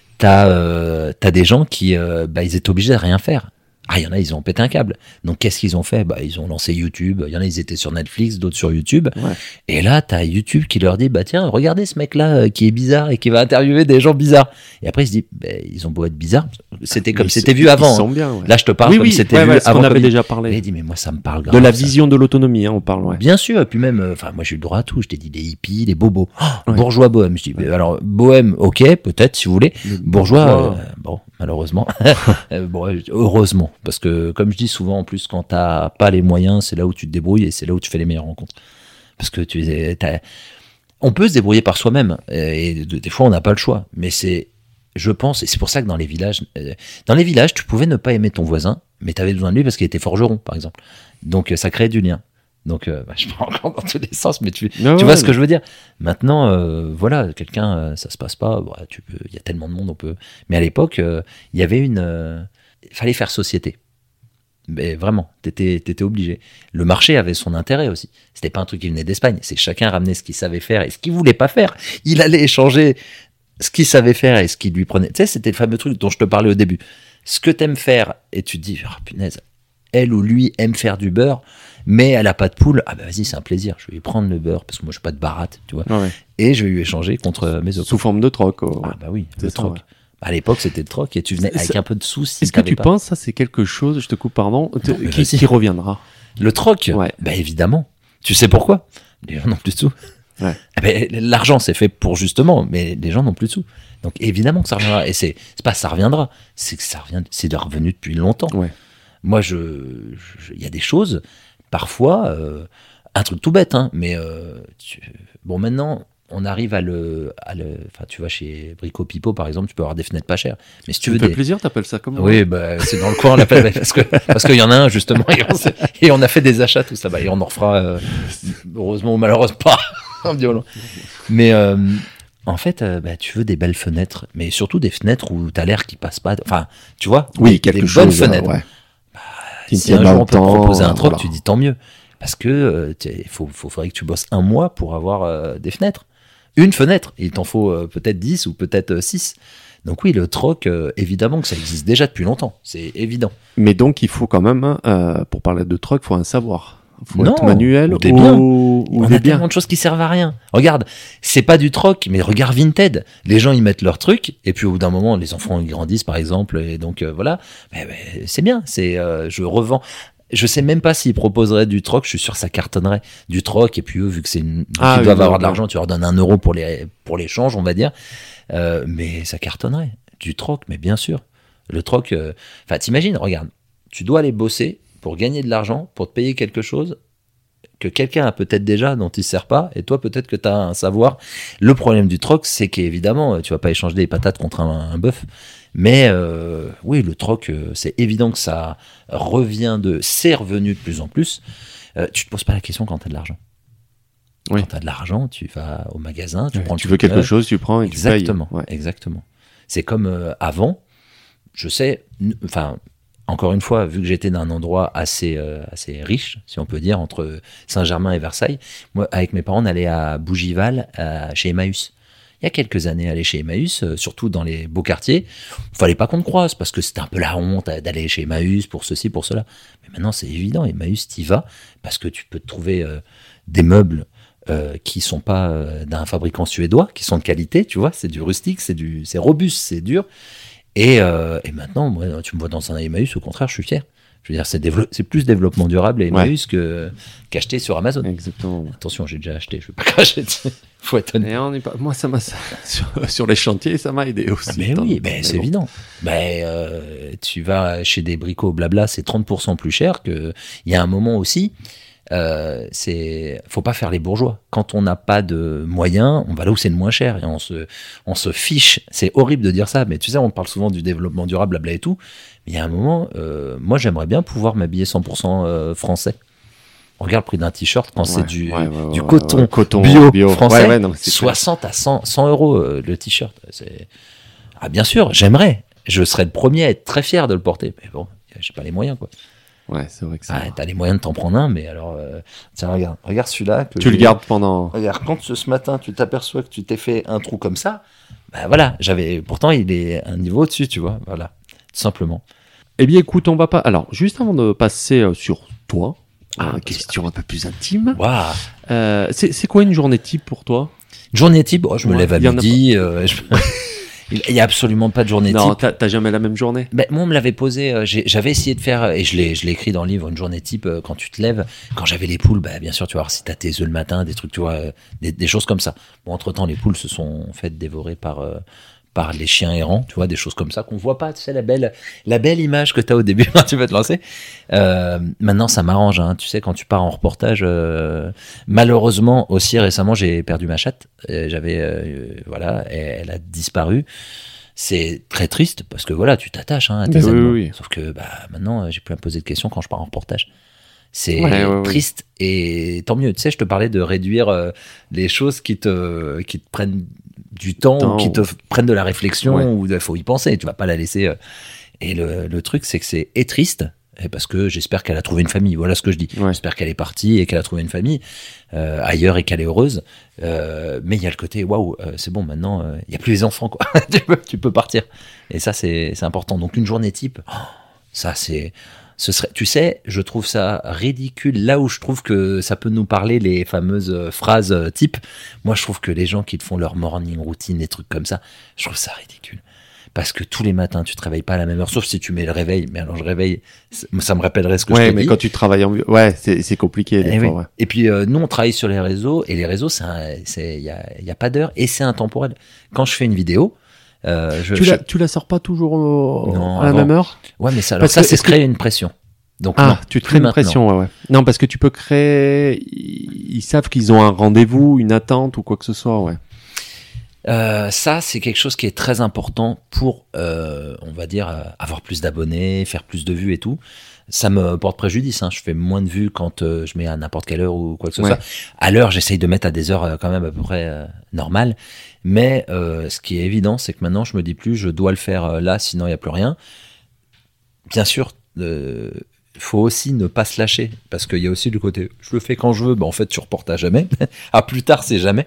Speaker 3: T'as des gens qui, ils étaient obligés de rien faire. Ah, il y en a, ils ont pété un câble. Donc, qu'est-ce qu'ils ont fait? Bah, ils ont lancé YouTube. Il y en a, ils étaient sur Netflix, d'autres sur YouTube.
Speaker 2: Ouais.
Speaker 3: Et là, t'as YouTube qui leur dit, bah, tiens, regardez ce mec-là qui est bizarre et qui va interviewer des gens bizarres. Et après, ils se disent, bah, ils ont beau être bizarres. C'était comme
Speaker 2: Mais
Speaker 3: c'était
Speaker 2: ils
Speaker 3: vu avant.
Speaker 2: sont bien, ouais.
Speaker 3: Là, je te parle comme c'était vu
Speaker 2: ouais, ce
Speaker 3: avant.
Speaker 2: qu'on avait
Speaker 3: Covid.
Speaker 2: déjà
Speaker 3: Et
Speaker 2: parlé.
Speaker 3: il dit, mais moi, ça me parle grave.
Speaker 2: De la
Speaker 3: ça.
Speaker 2: vision de l'autonomie, hein, on parle, ouais.
Speaker 3: Bien sûr, et puis même, enfin, moi j'ai eu le droit à tout. Je t'ai dit les hippies, les bobos,
Speaker 2: Ouais.
Speaker 3: bourgeois bohème. Je dis, mais alors bohème, ok, peut-être si vous voulez. Bourgeois, bon, malheureusement, heureusement, parce que comme je dis souvent, en plus, quand t'as pas les moyens, c'est là où tu te débrouilles et c'est là où tu fais les meilleures rencontres. Parce que on peut se débrouiller par soi-même et des fois on n'a pas le choix. Mais je pense, et c'est pour ça que dans les villages, tu pouvais ne pas aimer ton voisin, mais t'avais besoin de lui parce qu'il était forgeron, par exemple. Donc ça crée du lien. Donc je prends encore dans tous les sens, mais tu vois ce que je veux dire. Maintenant, voilà, quelqu'un, ça se passe pas. Ouais, il y a tellement de monde, on peut. Mais à l'époque, il y avait il fallait faire société. Mais vraiment, t'étais obligé. Le marché avait son intérêt aussi. C'était pas un truc qui venait d'Espagne. C'est chacun ramenait ce qu'il savait faire et ce qu'il voulait pas faire. Il allait échanger ce qu'il savait faire et ce qu'il lui prenait. Tu sais, c'était le fameux truc dont je te parlais au début. Ce que t'aimes faire et tu te dis, oh, punaise, elle ou lui aime faire du beurre, mais elle a pas de poule. Ah bah vas-y, c'est un plaisir. Je vais lui prendre le beurre parce que moi je suis pas de baratte, tu vois.
Speaker 2: Ouais.
Speaker 3: Et je vais lui échanger contre mes autres.
Speaker 2: Sous forme de troc. Ouais.
Speaker 3: Ah bah oui,
Speaker 2: C'est
Speaker 3: le
Speaker 2: ça,
Speaker 3: troc.
Speaker 2: ouais.
Speaker 3: À l'époque, c'était le troc et tu venais avec un peu de sous si
Speaker 2: Est-ce que
Speaker 3: t'avais
Speaker 2: tu
Speaker 3: pas.
Speaker 2: penses ça c'est quelque chose, je te coupe pardon,
Speaker 3: mais vas-y.
Speaker 2: qui reviendra?
Speaker 3: Le troc,
Speaker 2: Ouais.
Speaker 3: bah évidemment. Tu sais pourquoi? Les gens n'ont plus de sous.
Speaker 2: Ouais.
Speaker 3: Eh ben, l'argent c'est fait pour justement, mais les gens n'ont plus de sous. Donc évidemment que ça reviendra. Et c'est pas ça reviendra, c'est que ça revient, c'est revenu depuis longtemps.
Speaker 2: Ouais.
Speaker 3: Moi, il y a des choses, parfois, un truc tout bête, hein, mais bon, maintenant, on arrive enfin, tu vas chez Brico Pipo, par exemple, tu peux avoir des fenêtres pas chères. Mais si tu
Speaker 2: Tu me
Speaker 3: veux
Speaker 2: fais
Speaker 3: des.
Speaker 2: plaisir, t'appelles ça comment?
Speaker 3: Oui, bah, c'est dans le coin, on l'appelle, parce qu'il y en a un, justement, et on a fait des achats, tout ça, bah, et on en refera, heureusement ou malheureusement pas, en violon. Mais, en fait, bah, tu veux des belles fenêtres, mais surtout des fenêtres où t'as l'air qui passe pas, enfin, tu vois,
Speaker 2: Oui, quelque
Speaker 3: des
Speaker 2: chose.
Speaker 3: bonnes fenêtres.
Speaker 2: Ouais.
Speaker 3: Si un jour on peut te proposer un troc, tu dis tant mieux. Parce que faudrait que tu bosses un mois pour avoir des fenêtres. Une fenêtre, il t'en faut peut-être 10 ou peut-être 6. Donc oui, le troc, évidemment que ça existe déjà depuis longtemps, c'est évident.
Speaker 2: Mais donc il faut quand même, pour parler de troc, il faut un savoir. Faut
Speaker 3: Non,
Speaker 2: être manuel
Speaker 3: ou des biens.
Speaker 2: ou
Speaker 3: On
Speaker 2: des
Speaker 3: a
Speaker 2: biens.
Speaker 3: tellement de choses qui servent à rien. Regarde, c'est pas du troc, mais regarde Vinted. Les gens, ils mettent leur truc, et puis au bout d'un moment, les enfants, ils grandissent, par exemple, et donc voilà. Mais c'est bien, je revends. Je sais même pas s'ils proposeraient du troc, je suis sûr que ça cartonnerait. Du troc, et puis eux, vu que ils doivent avoir de l'argent, tu leur donnes 1 euro pour l'échange, on va dire. Mais ça cartonnerait. Du troc, mais bien sûr. Le troc, t'imagines, regarde, tu dois aller bosser pour gagner de l'argent, pour te payer quelque chose que quelqu'un a peut-être déjà, dont il ne sert pas, et toi peut-être que tu as un savoir. Le problème du troc, c'est qu'évidemment, tu vas pas échanger des patates contre un bœuf, mais oui, le troc, c'est évident que ça c'est revenu de plus en plus. Tu te poses pas la question quand tu as de l'argent.
Speaker 2: Oui.
Speaker 3: Quand tu as de l'argent, tu vas au magasin, tu prends
Speaker 2: tu veux quelque chose, tu prends et
Speaker 3: exactement,
Speaker 2: tu payes. Ouais.
Speaker 3: Exactement. C'est comme avant, je sais, encore une fois, vu que j'étais d'un endroit assez riche, si on peut dire, entre Saint-Germain et Versailles, moi, avec mes parents, on allait à Bougival, chez Emmaüs. Il y a quelques années, aller chez Emmaüs, surtout dans les beaux quartiers, fallait pas qu'on te croise, parce que c'était un peu la honte d'aller chez Emmaüs pour ceci, pour cela. Mais maintenant, c'est évident, Emmaüs, t'y vas, parce que tu peux trouver des meubles qui sont pas d'un fabricant suédois, qui sont de qualité, tu vois, c'est du rustique, c'est robuste, c'est dur. Et maintenant, moi, tu me vois dans un Emmaüs, au contraire, je suis fier. Je veux dire, c'est plus développement durable Emmaüs qu'acheter sur Amazon.
Speaker 2: Exactement.
Speaker 3: Attention, j'ai déjà acheté, je vais pas cracher dessus. Faut être honnête.
Speaker 2: Et on est pas... Moi, sur les chantiers, ça m'a aidé aussi.
Speaker 3: Mais oui, c'est évident. Tu vas chez des bricots, blabla, c'est 30% plus cher que. Il y a un moment aussi. Faut pas faire les bourgeois. Quand on n'a pas de moyens, on va là où c'est le moins cher et on se fiche. C'est horrible de dire ça, mais tu sais, on parle souvent du développement durable, blabla et tout. Mais il y a un moment, moi, j'aimerais bien pouvoir m'habiller 100% français. On regarde le prix d'un t-shirt quand c'est du coton bio français, non, 60 à 100 euros le t-shirt. Ah, bien sûr, j'aimerais. Je serais le premier à être très fier de le porter. Mais bon, j'ai pas les moyens, quoi.
Speaker 2: Ouais, c'est vrai que c'est.
Speaker 3: T'as les moyens de t'en prendre un, mais alors, tiens, regarde celui-là.
Speaker 2: Tu le gardes pendant.
Speaker 3: Regarde, quand ce matin, tu t'aperçois que tu t'es fait un trou comme ça, voilà, pourtant, il est un niveau au-dessus, tu vois, voilà, tout simplement.
Speaker 2: Eh bien, écoute, on va pas. Alors, juste avant de passer sur toi, question un peu plus intime.
Speaker 3: Waouh.
Speaker 2: C'est quoi une journée type pour toi?
Speaker 3: Journée type, je me lève à midi. Il n'y a absolument pas de journée type.
Speaker 2: Non, t'as jamais la même journée?
Speaker 3: Moi, on me l'avait posé. J'avais essayé de faire, et je l'ai écrit dans le livre, une journée type quand tu te lèves. Quand j'avais les poules, bien sûr, tu vas voir si t'as tes œufs le matin, des trucs, tu vois, des choses comme ça. Bon, entre-temps, les poules se sont faites dévorer par les chiens errants, tu vois, des choses comme ça qu'on voit pas, tu sais, la belle image que tu as au début quand tu vas te lancer. Maintenant, ça m'arrange, hein, tu sais, quand tu pars en reportage, malheureusement, aussi récemment, j'ai perdu ma chatte. Voilà, elle a disparu. C'est très triste parce que voilà, tu t'attaches à tes animaux. Oui. Sauf que maintenant, j'ai plus à me poser de questions quand je pars en reportage. C'est triste et tant mieux. Tu sais, je te parlais de réduire les choses qui te prennent du temps ou qui te prennent de la réflexion ou il faut y penser. Tu vas pas la laisser. Et le truc, c'est que c'est triste parce que j'espère qu'elle a trouvé une famille. Voilà ce que je dis. Ouais. J'espère qu'elle est partie et qu'elle a trouvé une famille ailleurs et qu'elle est heureuse. Mais il y a le côté waouh, c'est bon maintenant. Il y a plus les enfants quoi. tu peux partir. Et ça c'est important. Donc une journée type, ça c'est. Tu sais, je trouve ça ridicule. Là où je trouve que ça peut nous parler, les fameuses phrases type, moi je trouve que les gens qui te font leur morning routine, des trucs comme ça, je trouve ça ridicule. Parce que tous les matins, tu te réveilles pas à la même heure, sauf si tu mets le réveil. Mais alors, je réveille, ça me rappellerait ce que je te dis.
Speaker 2: Ouais, mais quand tu travailles c'est compliqué des fois. Ouais.
Speaker 3: Et puis, nous, on travaille sur les réseaux, et les réseaux, il y a pas d'heure, et c'est intemporel. Quand je fais une vidéo,
Speaker 2: tu la sors pas toujours à la même heure?
Speaker 3: Ouais, mais ça c'est créer une pression. Donc,
Speaker 2: tu te crées une pression, ouais. Non, parce que tu peux créer, ils savent qu'ils ont un rendez-vous, une attente ou quoi que ce soit, ouais.
Speaker 3: Ça, c'est quelque chose qui est très important pour, on va dire, avoir plus d'abonnés, faire plus de vues et tout. Ça me porte préjudice, hein. Je fais moins de vues quand je mets à n'importe quelle heure ou quoi que ce soit. À l'heure, j'essaye de mettre à des heures quand même à peu près normales. Mais ce qui est évident, c'est que maintenant, je me dis plus, je dois le faire là, sinon il n'y a plus rien. Bien sûr, faut aussi ne pas se lâcher, parce qu'il y a aussi le côté, je le fais quand je veux, en fait, tu reportes à jamais. À plus tard, c'est jamais.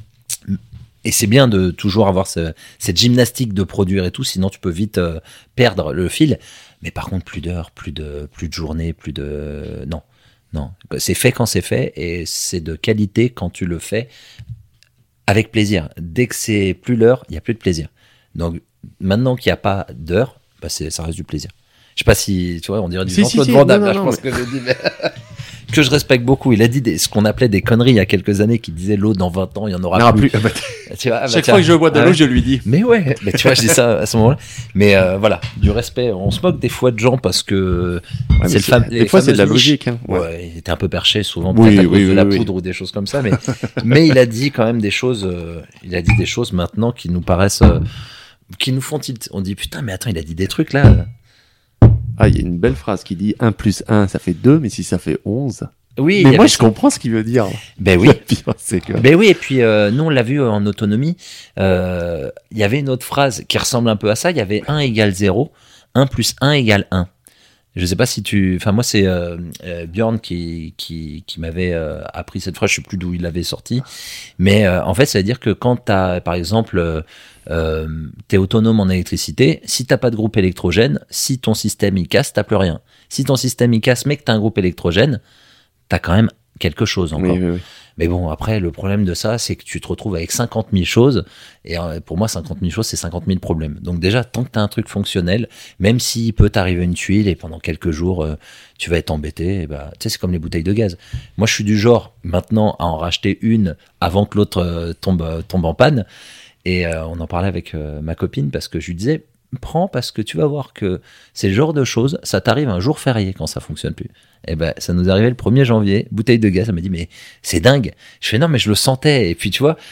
Speaker 3: Et c'est bien de toujours avoir cette gymnastique de produire et tout, sinon tu peux vite perdre le fil. Mais par contre, plus d'heures, plus de journées, non. Non, c'est fait quand c'est fait et c'est de qualité quand tu le fais avec plaisir. Dès que c'est plus l'heure, il n'y a plus de plaisir. Donc maintenant qu'il n'y a pas d'heure, bah ça reste du plaisir. Je sais pas si, tu vois, on dirait du Jean-Claude Van Damme, je pense que je dis, mais... que je respecte beaucoup. Il a dit ce qu'on appelait des conneries il y a quelques années, qui disait l'eau dans 20 ans, il y en aura plus.
Speaker 2: Tu vois, chaque fois que je vois de l'eau, je lui dis.
Speaker 3: Mais ouais, mais tu vois, je dis ça à ce moment-là. Mais voilà, du respect. On se moque des fois de gens parce que
Speaker 2: des fois c'est de la logique. Hein.
Speaker 3: Ouais, il était un peu perché souvent, peut-être à cause de la poudre ou des choses comme ça. Mais il a dit quand même des choses. Il a dit des choses maintenant qui nous paraissent, qui nous font tilt. On dit putain, mais attends, il a dit des trucs là.
Speaker 2: Ah, il y a une belle phrase qui dit 1 plus 1, ça fait 2, mais si ça fait 11...
Speaker 3: Oui,
Speaker 2: mais moi, je comprends ce qu'il veut dire.
Speaker 3: Ben oui.
Speaker 2: Que...
Speaker 3: Ben oui, et puis nous, on l'a vu en autonomie. Il y avait une autre phrase qui ressemble un peu à ça. Il y avait 1 égale 0, 1 plus 1 égale 1. Je sais pas si tu... Enfin, moi, c'est Björn qui m'avait appris cette phrase. Je sais plus d'où il l'avait sorti. Mais en fait, ça veut dire que quand tu as, par exemple... t'es autonome en électricité, si t'as pas de groupe électrogène, si ton système il casse, t'as plus rien. Si ton système il casse mais que t'as un groupe électrogène, t'as quand même quelque chose encore. Oui. Mais bon, après, le problème de ça, c'est que tu te retrouves avec 50 000 choses, et pour moi, 50 000 choses, c'est 50 000 problèmes. Donc déjà, tant que t'as un truc fonctionnel, même s'il peut t'arriver une tuile, et pendant quelques jours, tu vas être embêté, et bah, tu sais, c'est comme les bouteilles de gaz. Moi, je suis du genre, maintenant, à en racheter une avant que l'autre tombe en panne. Et on en parlait avec ma copine parce que je lui disais, prends parce que tu vas voir que c'est le genre de choses, ça t'arrive un jour férié quand ça fonctionne plus. Et ben ça nous arrivait le 1er janvier, bouteille de gaz, elle m'a dit mais c'est dingue. Je fais non mais je le sentais. Et puis tu vois,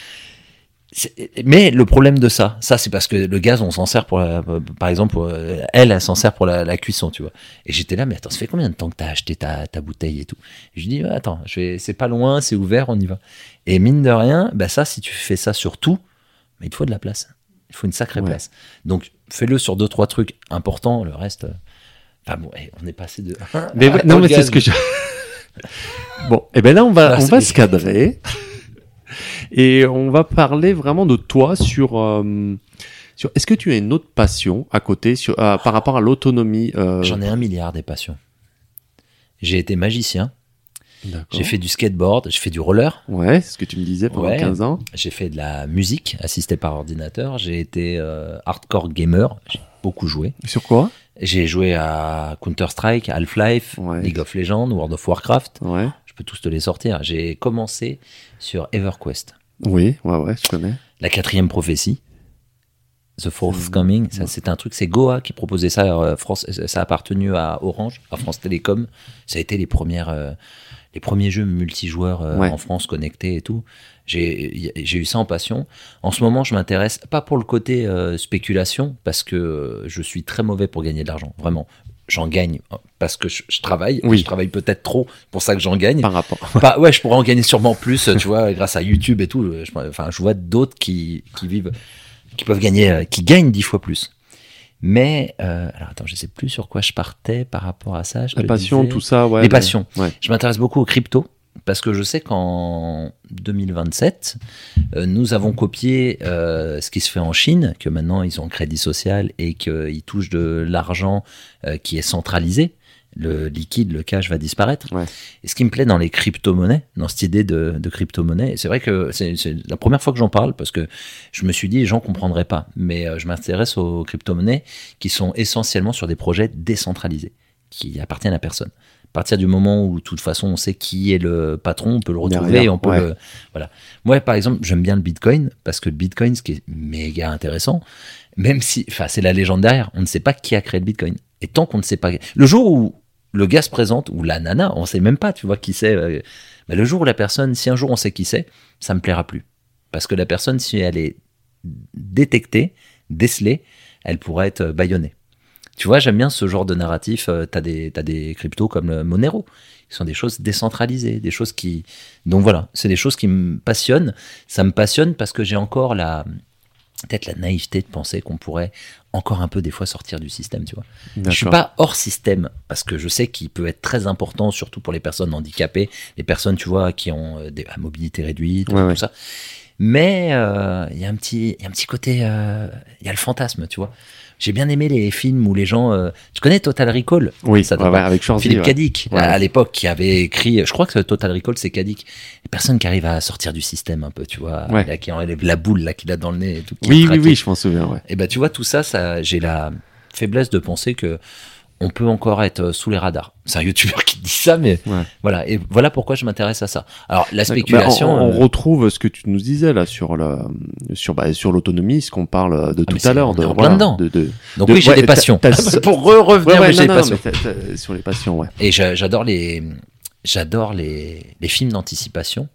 Speaker 3: mais le problème de ça c'est parce que le gaz on s'en sert pour par exemple elle s'en sert pour la cuisson, tu vois. Et j'étais là mais attends, ça fait combien de temps que t'as acheté ta bouteille et tout. Et je dis attends, c'est pas loin, c'est ouvert, on y va. Et mine de rien, bah ça si tu fais ça sur tout, mais il te faut de la place. Il faut une sacrée place. Donc, fais-le sur 2-3 trucs importants. Le reste... Enfin bon, on est passé de...
Speaker 2: Mais non, mais c'est ce que je... Bon, et ben là, on va se cadrer. Et on va parler vraiment de toi sur est-ce que tu as une autre passion à côté par rapport à l'autonomie
Speaker 3: J'en ai 1 milliard des passions. J'ai été magicien.
Speaker 2: D'accord.
Speaker 3: J'ai fait du skateboard, j'ai fait du roller.
Speaker 2: Ouais, c'est ce que tu me disais pendant 15 ans.
Speaker 3: J'ai fait de la musique assistée par ordinateur. J'ai été hardcore gamer. J'ai beaucoup joué.
Speaker 2: Sur quoi ?
Speaker 3: J'ai joué à Counter-Strike, Half-Life, League of Legends, World of Warcraft.
Speaker 2: Ouais.
Speaker 3: Je peux tous te les sortir. J'ai commencé sur EverQuest.
Speaker 2: Oui, je connais.
Speaker 3: La 4e prophétie. The Fourth Coming, ça, c'est un truc, c'est Goa qui proposait ça. Ça a appartenu à Orange, à France Télécom. Ça a été les premiers jeux multijoueurs en France connectés et tout. J'ai eu ça en passion. En ce moment, je m'intéresse pas pour le côté spéculation, parce que je suis très mauvais pour gagner de l'argent. Vraiment, j'en gagne parce que je travaille. Oui. Je travaille peut-être trop, pour ça que j'en gagne.
Speaker 2: Par rapport.
Speaker 3: Je pourrais en gagner sûrement plus, tu vois, grâce à YouTube et tout. Je vois d'autres qui vivent, qui peuvent gagner, qui gagnent 10 fois plus. Mais, alors attends, je sais plus sur quoi je partais par rapport à ça.
Speaker 2: La passion, tout ça,
Speaker 3: Les passions. Ouais. Je m'intéresse beaucoup aux cryptos, parce que je sais qu'en 2027, nous avons copié ce qui se fait en Chine, que maintenant ils ont un crédit social et qu'ils touchent de l'argent qui est centralisé. Le liquide, le cash va disparaître. Ouais. Et ce qui me plaît dans les crypto-monnaies, dans cette idée de crypto-monnaie, et c'est vrai que c'est la première fois que j'en parle, parce que je me suis dit les gens comprendraient pas, mais je m'intéresse aux crypto-monnaies qui sont essentiellement sur des projets décentralisés, qui appartiennent à personne. À partir du moment où, de toute façon, on sait qui est le patron, on peut le retrouver, et on peut le... Voilà. Moi, par exemple, j'aime bien le Bitcoin, parce que le Bitcoin, ce qui est méga intéressant, même si, enfin, c'est la légende derrière, on ne sait pas qui a créé le Bitcoin. Et tant qu'on ne sait pas... Le jour où le gars se présente, ou la nana, on sait même pas, tu vois, qui c'est. Mais le jour où la personne, si un jour on sait qui c'est, ça me plaira plus. Parce que la personne, si elle est détectée, décelée, elle pourrait être bâillonnée. Tu vois, j'aime bien ce genre de narratif. T'as des cryptos comme le Monero, qui sont des choses décentralisées, des choses qui... Donc voilà, c'est des choses qui me passionnent. Ça me passionne parce que j'ai encore peut-être la naïveté de penser qu'on pourrait encore un peu des fois sortir du système, tu vois. D'accord. Je suis pas hors système, parce que je sais qu'il peut être très important, surtout pour les personnes handicapées, les personnes, tu vois, qui ont la mobilité réduite, tout ça. Mais il y a un petit côté, il y a le fantasme, tu vois. J'ai bien aimé les films où les gens. Tu connais Total Recall?
Speaker 2: Oui,
Speaker 3: Ça
Speaker 2: avec Schwarzy,
Speaker 3: Philippe
Speaker 2: ouais.
Speaker 3: Cadic,
Speaker 2: Ouais.
Speaker 3: à l'époque, qui avait écrit. Je crois que Total Recall, c'est Cadic. Personne qui arrive à sortir du système un peu, tu vois.
Speaker 2: Ouais.
Speaker 3: Là, qui enlève la boule là qu'il a dans le nez et tout. qui est
Speaker 2: Oui,
Speaker 3: traqué.
Speaker 2: je m'en souviens, ouais.
Speaker 3: Et ben, tu vois, tout ça, j'ai la faiblesse de penser que on peut encore être sous les radars. C'est un youtubeur qui dit ça, mais
Speaker 2: Ouais.
Speaker 3: voilà. Et voilà pourquoi je m'intéresse à ça. Alors, la
Speaker 2: Bah,
Speaker 3: spéculation.
Speaker 2: on retrouve ce que tu nous disais là sur l'autonomie, ce qu'on parle de tout
Speaker 3: mais
Speaker 2: à l'heure.
Speaker 3: on est en plein dedans. Donc oui, j'ai
Speaker 2: ouais,
Speaker 3: des passions.
Speaker 2: t'as-
Speaker 3: Pour revenir,
Speaker 2: Ouais,
Speaker 3: mais j'ai
Speaker 2: non,
Speaker 3: des
Speaker 2: non,
Speaker 3: passions.
Speaker 2: mais sur les passions, ouais.
Speaker 3: Et j'adore les films d'anticipation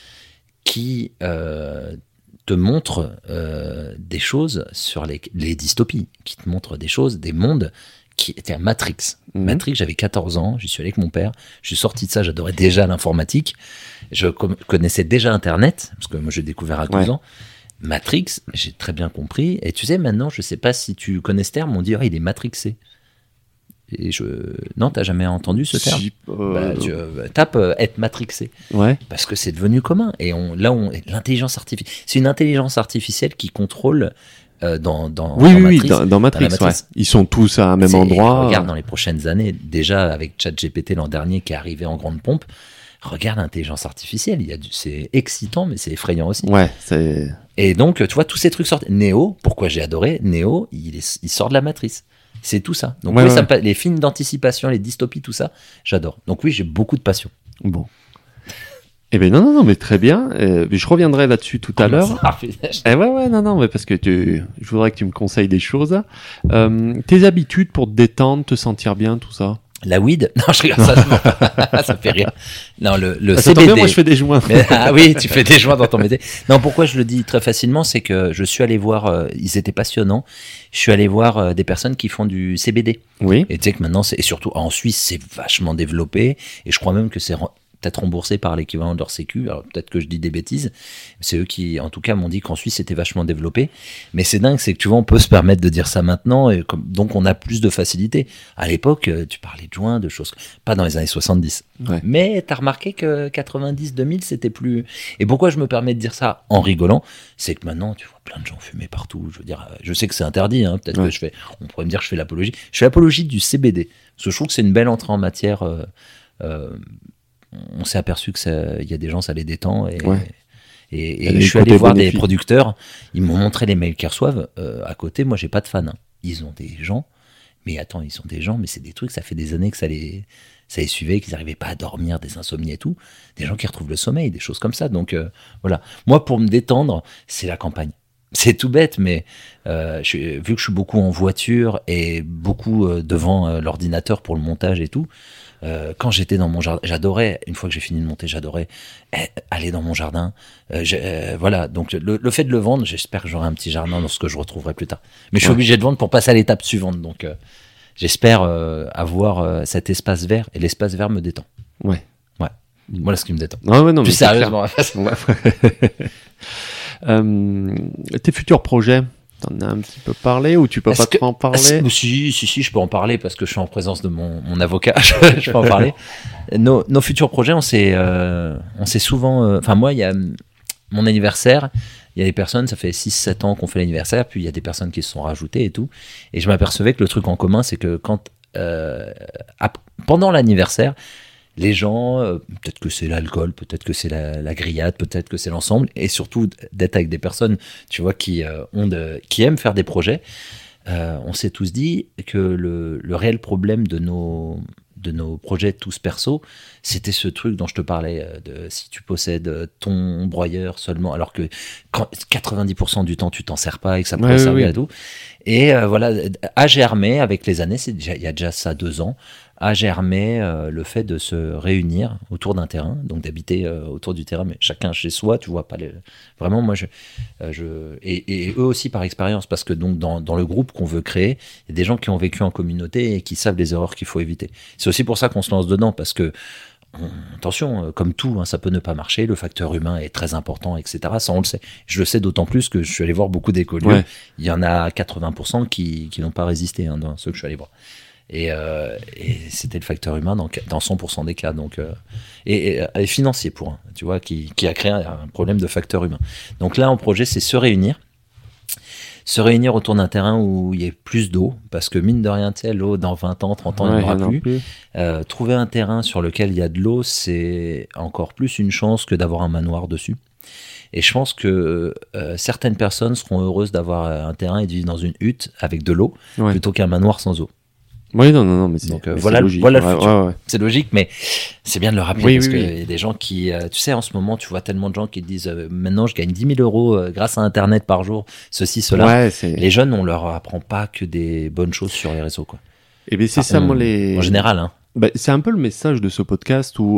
Speaker 3: qui te montrent des choses sur les dystopies, qui te montrent des choses, des mondes qui étaient à Matrix.
Speaker 2: Mhm.
Speaker 3: Matrix, j'avais 14 ans, j'y suis allé avec mon père, je suis sorti de ça, j'adorais déjà l'informatique, je connaissais déjà Internet, parce que moi j'ai découvert à 12
Speaker 2: Ouais.
Speaker 3: ans. Matrix, j'ai très bien compris, et tu sais, maintenant, je sais pas si tu connais ce terme, on dit, il est matrixé. Et non, t'as jamais entendu ce terme?
Speaker 2: Si,
Speaker 3: Tu tape être matrixé,
Speaker 2: ouais.
Speaker 3: parce que c'est devenu commun. Et l'intelligence artificielle, c'est une intelligence artificielle qui contrôle dans
Speaker 2: Oui,
Speaker 3: Matrix.
Speaker 2: dans Matrix,
Speaker 3: Matrix.
Speaker 2: ouais. Ils sont tous à un même endroit.
Speaker 3: Regarde dans les prochaines années, déjà avec ChatGPT l'an dernier qui est arrivé en grande pompe, regarde l'intelligence artificielle. C'est excitant, mais c'est effrayant aussi.
Speaker 2: Ouais, c'est.
Speaker 3: Et donc, tu vois, tous ces trucs sortent. Neo, pourquoi j'ai adoré Neo, il sort de la matrice. C'est tout ça. Donc,
Speaker 2: Ouais,
Speaker 3: oui,
Speaker 2: ouais.
Speaker 3: les films d'anticipation, les dystopies, tout ça, j'adore. Donc, oui, j'ai beaucoup de passion.
Speaker 2: Bon. Eh ben non, mais très bien. Mais je reviendrai là-dessus tout à l'heure. Eh ouais, non, mais parce que je voudrais que tu me conseilles des choses. Tes habitudes pour te détendre, te sentir bien, tout ça.
Speaker 3: La weed? Non, je regarde ça. Ça fait rire. Non, le
Speaker 2: Ça tombe
Speaker 3: CBD.
Speaker 2: bien, moi je fais des joints.
Speaker 3: Ah oui, tu fais des joints dans ton métier. Non, pourquoi je le dis très facilement, c'est que je suis allé voir, ils étaient passionnants, je suis allé voir des personnes qui font du CBD.
Speaker 2: Oui.
Speaker 3: Et tu sais que maintenant, et surtout en Suisse, c'est vachement développé, et je crois même que c'est peut-être remboursé par l'équivalent de leur sécu, alors peut-être que je dis des bêtises, c'est eux qui, en tout cas, m'ont dit qu'en Suisse, c'était vachement développé, mais c'est dingue, c'est que tu vois, on peut se permettre de dire ça maintenant, et donc on a plus de facilité. À l'époque, tu parlais de joints, de choses, pas dans les années 70.
Speaker 2: Ouais.
Speaker 3: Mais t'as remarqué que 90, 2000, c'était plus... Et pourquoi je me permets de dire ça en rigolant, c'est que maintenant, tu vois plein de gens fumer partout, je veux dire, je sais que c'est interdit, hein, peut-être
Speaker 2: Ouais.
Speaker 3: que on pourrait me dire que je fais l'apologie. Je fais l'apologie du CBD, parce que je trouve que c'est une belle entrée en matière... on s'est aperçu que il y a des gens, ça les détend. Et,
Speaker 2: Ouais.
Speaker 3: et,
Speaker 2: Il y a
Speaker 3: et
Speaker 2: des
Speaker 3: je suis allé
Speaker 2: côtés
Speaker 3: voir
Speaker 2: bénéfiques.
Speaker 3: des producteurs, ils m'ont montré les mails qu'ils reçoivent. À côté, moi, j'ai pas de fans. Hein. Ils ont des gens, mais attends, ils sont des gens, mais c'est des trucs, ça fait des années que ça les suivait, qu'ils n'arrivaient pas à dormir, des insomnies et tout. Des gens qui retrouvent le sommeil, des choses comme ça. Donc voilà. Moi, pour me détendre, c'est la campagne. C'est tout bête, mais vu que je suis beaucoup en voiture et beaucoup devant l'ordinateur pour le montage et tout, quand j'étais dans mon jardin, j'adorais, une fois que j'ai fini de monter, j'adorais aller dans mon jardin. Voilà, donc le fait de le vendre, j'espère que j'aurai un petit jardin dans ce que je retrouverai plus tard. Mais je suis
Speaker 2: Ouais.
Speaker 3: obligé de vendre pour passer à l'étape suivante, donc j'espère avoir cet espace vert, et l'espace vert me détend.
Speaker 2: Ouais.
Speaker 3: Voilà ce qui me détend.
Speaker 2: Ah ouais, non, mais
Speaker 3: Plus
Speaker 2: c'est clair.
Speaker 3: sérieusement.
Speaker 2: Tes futurs projets, t'en as un petit peu parlé ou tu peux pas trop en parler?
Speaker 3: Si, je peux en parler parce que je suis en présence de mon avocat. Je peux en parler. Nos futurs projets, on s'est souvent. Enfin, moi, il y a mon anniversaire. Il y a des personnes, ça fait 6-7 ans qu'on fait l'anniversaire, puis il y a des personnes qui se sont rajoutées et tout. Et je m'apercevais que le truc en commun, c'est que pendant l'anniversaire, les gens, peut-être que c'est l'alcool, peut-être que c'est la grillade, peut-être que c'est l'ensemble, et surtout d'être avec des personnes, tu vois, qui aiment faire des projets. On s'est tous dit que le réel problème de nos projets tous perso, c'était ce truc dont je te parlais, de si tu possèdes ton broyeur seulement, alors que 90% du temps tu t'en sers pas et que ça pourrait servir et tout. Et voilà, a germé avec les années, il y a déjà ça 2 ans, a germé le fait de se réunir autour d'un terrain, donc d'habiter autour du terrain, mais chacun chez soi, tu vois pas vraiment moi et eux aussi par expérience, parce que donc dans le groupe qu'on veut créer, il y a des gens qui ont vécu en communauté et qui savent les erreurs qu'il faut éviter. C'est aussi pour ça qu'on se lance dedans, parce que attention, comme tout, hein, ça peut ne pas marcher, le facteur humain est très important, etc. Ça, on le sait. Je le sais d'autant plus que je suis allé voir beaucoup d'écolieux. Ouais. Il y en a 80% qui n'ont pas résisté dans ceux que je suis allé voir. Et c'était le facteur humain dans 100% des cas. Donc, et financier pour un, tu vois, qui a créé un problème de facteur humain. Donc là, en projet, c'est se réunir se réunir autour d'un terrain où il y ait plus d'eau, parce que mine de rien, tu sais, l'eau dans 20 ans, 30 ans, il n'y en aura plus. Trouver un terrain sur lequel il y a de l'eau, c'est encore plus une chance que d'avoir un manoir dessus. Et je pense que certaines personnes seront heureuses d'avoir un terrain et de vivre dans une hutte avec de l'eau, plutôt qu'un manoir sans eau.
Speaker 2: Oui, non, mais c'est,
Speaker 3: donc
Speaker 2: mais
Speaker 3: voilà,
Speaker 2: c'est logique.
Speaker 3: voilà le futur. C'est logique, mais c'est bien de le rappeler parce qu'il y a des gens qui, tu sais, en ce moment, tu vois tellement de gens qui te disent maintenant je gagne 10 000 euros grâce à Internet par jour, ceci, cela. Les jeunes, on leur apprend pas que des bonnes choses sur les réseaux, quoi.
Speaker 2: Et bien c'est ça, moi,
Speaker 3: en général, hein.
Speaker 2: C'est un peu le message de ce podcast où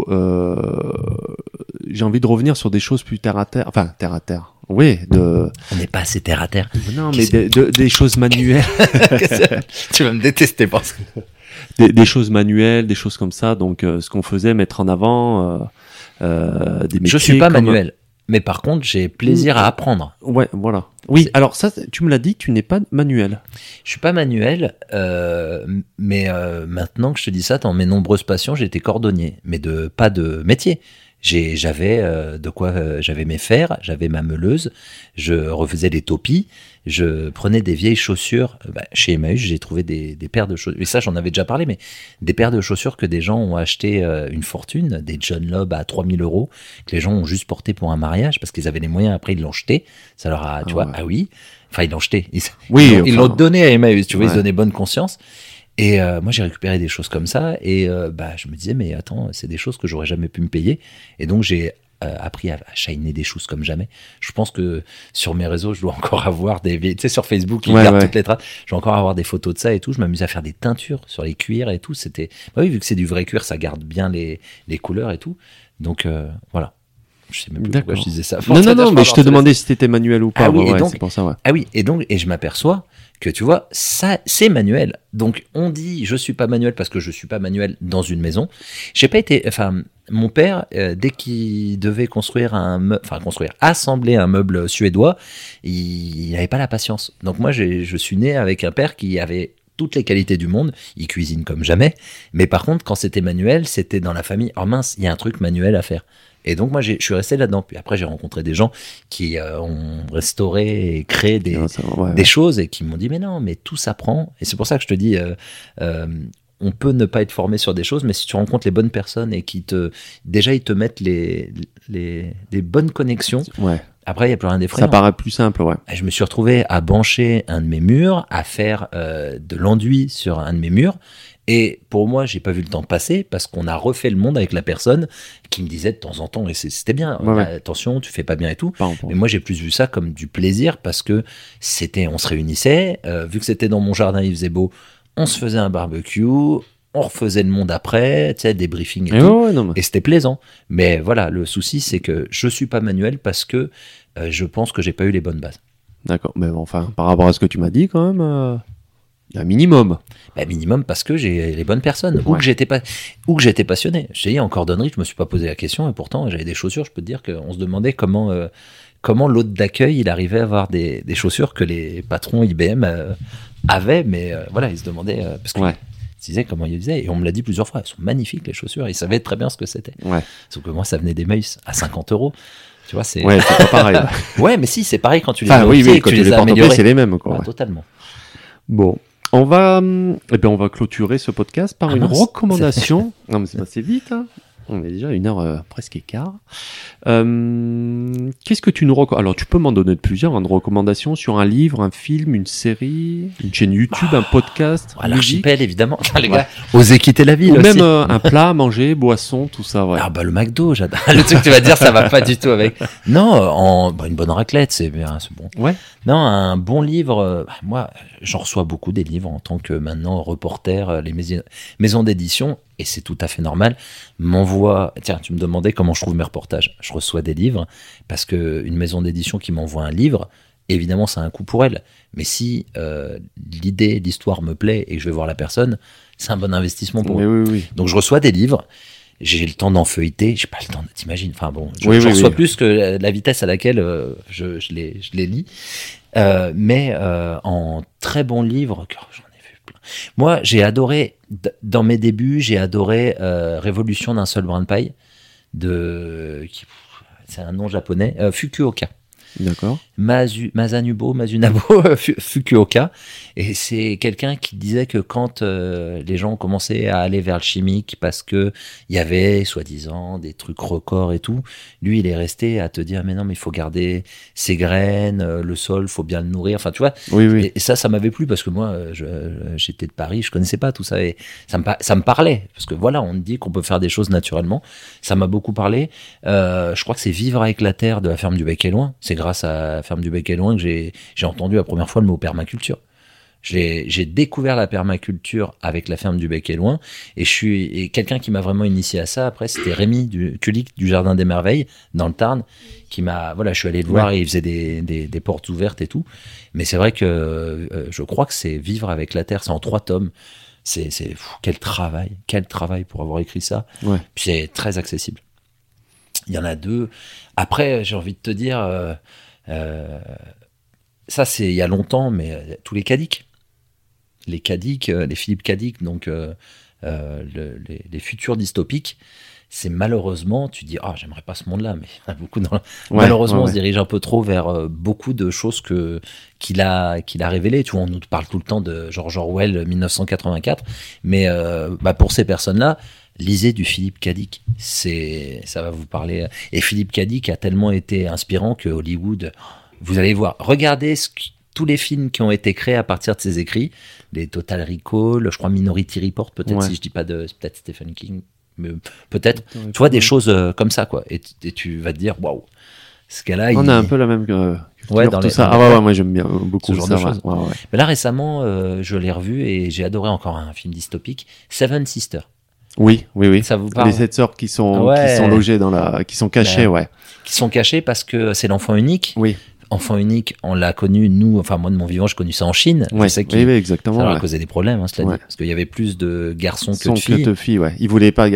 Speaker 2: j'ai envie de revenir sur des choses plus terre à terre. Enfin, terre à terre. Oui,
Speaker 3: on n'est pas assez terre à terre.
Speaker 2: Non, mais des choses manuelles.
Speaker 3: Tu vas me détester parce que
Speaker 2: des choses manuelles, des choses comme ça. Donc, ce qu'on faisait, mettre en avant des métiers.
Speaker 3: Je suis pas manuel, mais par contre, j'ai plaisir à apprendre.
Speaker 2: Ouais, voilà. Oui, alors ça, tu me l'as dit, tu n'es pas manuel.
Speaker 3: Je suis pas manuel, mais maintenant que je te dis ça, dans mes nombreuses passions, j'étais cordonnier, mais pas de métier. J'avais j'avais mes fers, j'avais ma meuleuse, je refaisais des topis, je prenais des vieilles chaussures. Chez Emmaüs, j'ai trouvé des paires de chaussures, et ça j'en avais déjà parlé, mais des paires de chaussures que des gens ont acheté une fortune, des John Lobb à 3 000 euros, que les gens ont juste porté pour un mariage, parce qu'ils avaient les moyens, après ils l'ont jeté, ça leur a, tu vois, ah oui, enfin ils l'ont jeté, ils l'ont donné à Emmaüs, tu vois, ils se donnaient bonne conscience. Et moi j'ai récupéré des choses comme ça et je me disais mais attends, c'est des choses que j'aurais jamais pu me payer, et donc j'ai appris à shiner des choses comme jamais. Je pense que sur mes réseaux je dois encore avoir des, tu sais, sur Facebook ils gardent toutes les traces, je dois encore avoir des photos de ça et tout. Je m'amuse à faire des teintures sur les cuirs et tout. C'était oui, vu que c'est du vrai cuir, ça garde bien les couleurs et tout, donc voilà. Je sais même plus pourquoi je disais ça.
Speaker 2: Non, mais je te demandais si t'étais manuel ou pas. Donc, c'est pour ça,
Speaker 3: Ah oui, et je m'aperçois que, tu vois, ça, c'est manuel. Donc, on dit, je suis pas manuel parce que je suis pas manuel dans une maison. J'ai pas été, mon père, dès qu'il devait assembler un meuble suédois, il n'avait pas la patience. Donc, moi, je suis né avec un père qui avait toutes les qualités du monde, il cuisine comme jamais, mais par contre, quand c'était manuel, c'était dans la famille, oh mince, il y a un truc manuel à faire. Et donc moi je suis resté là-dedans. Puis après j'ai rencontré des gens qui ont restauré et créé des choses et qui m'ont dit mais non, mais tout s'apprend. Et c'est pour ça que je te dis on peut ne pas être formé sur des choses, mais si tu rencontres les bonnes personnes et ils te mettent les bonnes connexions.
Speaker 2: Ouais.
Speaker 3: Après, il n'y a plus rien d'effrayant.
Speaker 2: Ça paraît plus simple, ouais.
Speaker 3: Et je me suis retrouvé à bancher un de mes murs, à faire de l'enduit sur un de mes murs. Et pour moi, j'ai pas vu le temps passer parce qu'on a refait le monde avec la personne qui me disait de temps en temps, et c'était bien, attention, tu fais pas bien et tout. Mais moi, j'ai plus vu ça comme du plaisir parce que on se réunissait, vu que c'était dans mon jardin, il faisait beau, on se faisait un barbecue, on refaisait le monde après, tu sais, des briefings et tout. Et c'était plaisant. Mais voilà, le souci, c'est que je suis pas manuel parce que je pense que j'ai pas eu les bonnes bases.
Speaker 2: D'accord. Mais enfin, par rapport à ce que tu m'as dit, quand même, un minimum.
Speaker 3: Minimum parce que j'ai les bonnes personnes, ou que j'étais passionné. Je t'ai dit, en cordonnerie, je me suis pas posé la question, et pourtant, j'avais des chaussures, je peux te dire qu'on se demandait comment l'hôte d'accueil, il arrivait à avoir des chaussures que les patrons IBM avaient, mais voilà, ils se demandaient, parce qu'ils disaient comment ils faisaient, et on me l'a dit plusieurs fois, elles sont magnifiques les chaussures, ils savaient très bien ce que c'était. Sauf que moi, ça venait d'Emmaüs à 50 euros. Tu vois, c'est
Speaker 2: pas pareil.
Speaker 3: Ouais, mais si, c'est pareil quand tu les
Speaker 2: quand tu les portes au pied, c'est les mêmes, quoi.
Speaker 3: Totalement.
Speaker 2: Bon. On va clôturer ce podcast par une recommandation. Non, mais c'est passé vite, hein. On est déjà à 1h presque écart. Qu'est-ce que tu nous recommandes ? Alors, tu peux m'en donner plusieurs, de recommandations sur un livre, un film, une série, une chaîne YouTube, un podcast.
Speaker 3: L'archipel, évidemment. Les gars, osez quitter la ville
Speaker 2: ou
Speaker 3: aussi.
Speaker 2: Même un plat à manger, boisson, tout ça. Ouais.
Speaker 3: Le McDo, j'adore. Le truc que tu vas dire, ça va pas du tout avec. Non, une bonne raclette, c'est bien, c'est bon.
Speaker 2: Ouais.
Speaker 3: Non, un bon livre. Moi, j'en reçois beaucoup des livres en tant que maintenant reporter, les maisons d'édition. Et c'est tout à fait normal, tiens, tu me demandais comment je trouve mes reportages. Je reçois des livres, parce qu'une maison d'édition qui m'envoie un livre, évidemment, ça a un coût pour elle. Mais si l'histoire me plaît et que je vais voir la personne, c'est un bon investissement pour eux.
Speaker 2: Oui.
Speaker 3: Donc je reçois des livres, j'ai le temps d'en feuilleter, j'ai pas le temps, t'imagines. Enfin bon, je reçois plus que la vitesse à laquelle je les lis. Mais en très bons livres, j'en ai vu plein. Moi, j'ai adoré, dans mes débuts, Révolution d'un seul brin de paille, c'est un nom japonais, Fukuoka.
Speaker 2: D'accord.
Speaker 3: Masanabo Fukuoka. Et c'est quelqu'un qui disait que quand les gens commençaient à aller vers le chimique parce que il y avait soi-disant des trucs records et tout, lui il est resté à te dire mais non mais il faut garder ses graines, le sol faut bien le nourrir, enfin tu vois.
Speaker 2: Oui, oui.
Speaker 3: Et ça m'avait plu parce que moi j'étais de Paris, je connaissais pas tout ça et ça me parlait parce que voilà, on dit qu'on peut faire des choses naturellement, ça m'a beaucoup parlé. Je crois que c'est Vivre avec la terre de la ferme du Bec et Loin, c'est grâce à la ferme du Bec et Loin que j'ai entendu la première fois le mot permaculture. J'ai découvert la permaculture avec la ferme du Bec et Loin et quelqu'un qui m'a vraiment initié à ça après c'était Rémi Kulik du Jardin des Merveilles dans le Tarn qui m'a je suis allé le voir et il faisait des portes ouvertes et tout, mais c'est vrai que je crois que c'est Vivre avec la terre, c'est en 3 tomes, c'est fou, quel travail pour avoir écrit ça.
Speaker 2: Ouais.
Speaker 3: Puis c'est très accessible. Il y en a 2 après, j'ai envie de te dire ça c'est il y a longtemps, mais tous les Cadic, les Philippe Cadic, donc les futurs dystopiques, c'est malheureusement, tu dis j'aimerais pas ce monde-là, mais il y en a beaucoup malheureusement on se dirige un peu trop vers beaucoup de choses qu'il a révélées. Tu vois, on nous parle tout le temps de George Orwell 1984, mais pour ces personnes-là, lisez du Philippe Cadic, ça va vous parler. Et Philippe Cadic a tellement été inspirant que Hollywood, vous allez voir, regardez tous les films qui ont été créés à partir de ses écrits, les Total Recall, je crois Minority Report, peut-être si je dis pas c'est peut-être Stephen King, mais peut-être, tu vois, des choses comme ça, quoi. Et tu vas te dire, waouh, ce gars-là,
Speaker 2: on a un peu la même culture,
Speaker 3: dans
Speaker 2: tout ça. Moi j'aime bien beaucoup
Speaker 3: ce genre
Speaker 2: ça.
Speaker 3: de choses. Ouais. Mais là récemment, je l'ai revu et j'ai adoré encore un film dystopique, Seven Sisters.
Speaker 2: Oui.
Speaker 3: Ça vous parle?
Speaker 2: Les 7 sœurs qui sont logées qui sont cachées,
Speaker 3: Qui sont cachées parce que c'est l'enfant unique.
Speaker 2: Oui.
Speaker 3: Enfant unique, on l'a connu, nous, enfin moi de mon vivant, j'ai connu ça en Chine.
Speaker 2: Ouais.
Speaker 3: Je sais
Speaker 2: Oui, exactement.
Speaker 3: Ça leur a causé des problèmes, cela dit, parce qu'il y avait plus de garçons que de filles.
Speaker 2: Ils voulaient pas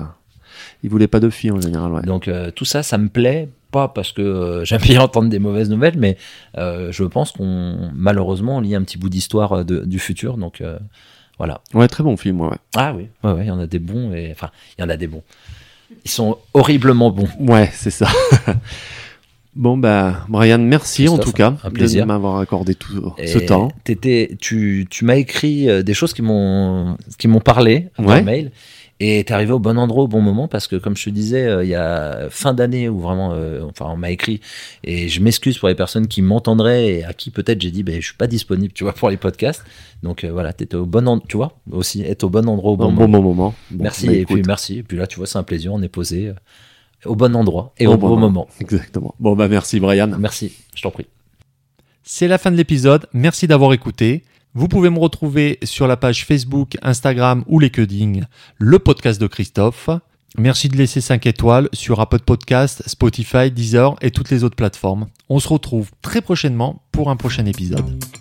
Speaker 2: de filles en général.
Speaker 3: Donc tout ça me plaît, pas parce que j'aime bien entendre des mauvaises nouvelles, mais je pense qu'on malheureusement lit un petit bout d'histoire du futur, donc voilà.
Speaker 2: Ouais, très bon film,
Speaker 3: Ah oui, il y en a des bons, il y en a des bons. Ils sont horriblement bons.
Speaker 2: Ouais, c'est ça. Bon, Brian, merci
Speaker 3: Christophe,
Speaker 2: en tout cas
Speaker 3: un plaisir
Speaker 2: de m'avoir accordé tout ce temps.
Speaker 3: Tu m'as écrit des choses qui m'ont parlé dans le mail et t'es arrivé au bon endroit au bon moment parce que comme je te disais, il y a fin d'année où vraiment, on m'a écrit et je m'excuse pour les personnes qui m'entendraient et à qui peut-être j'ai dit, je suis pas disponible, tu vois, pour les podcasts. Donc voilà, t'étais au bon endroit, tu vois, aussi être au bon endroit au bon moment. Bon, merci et puis merci. Et puis là, tu vois, c'est un plaisir, on est posé. Au bon endroit et au bon moment.
Speaker 2: Exactement. Bon, merci Brian.
Speaker 3: Merci, je t'en prie.
Speaker 1: C'est la fin de l'épisode. Merci d'avoir écouté. Vous pouvez me retrouver sur la page Facebook, Instagram ou LinkedIn, le podcast de Christophe. Merci de laisser 5 étoiles sur Apple Podcasts, Spotify, Deezer et toutes les autres plateformes. On se retrouve très prochainement pour un prochain épisode.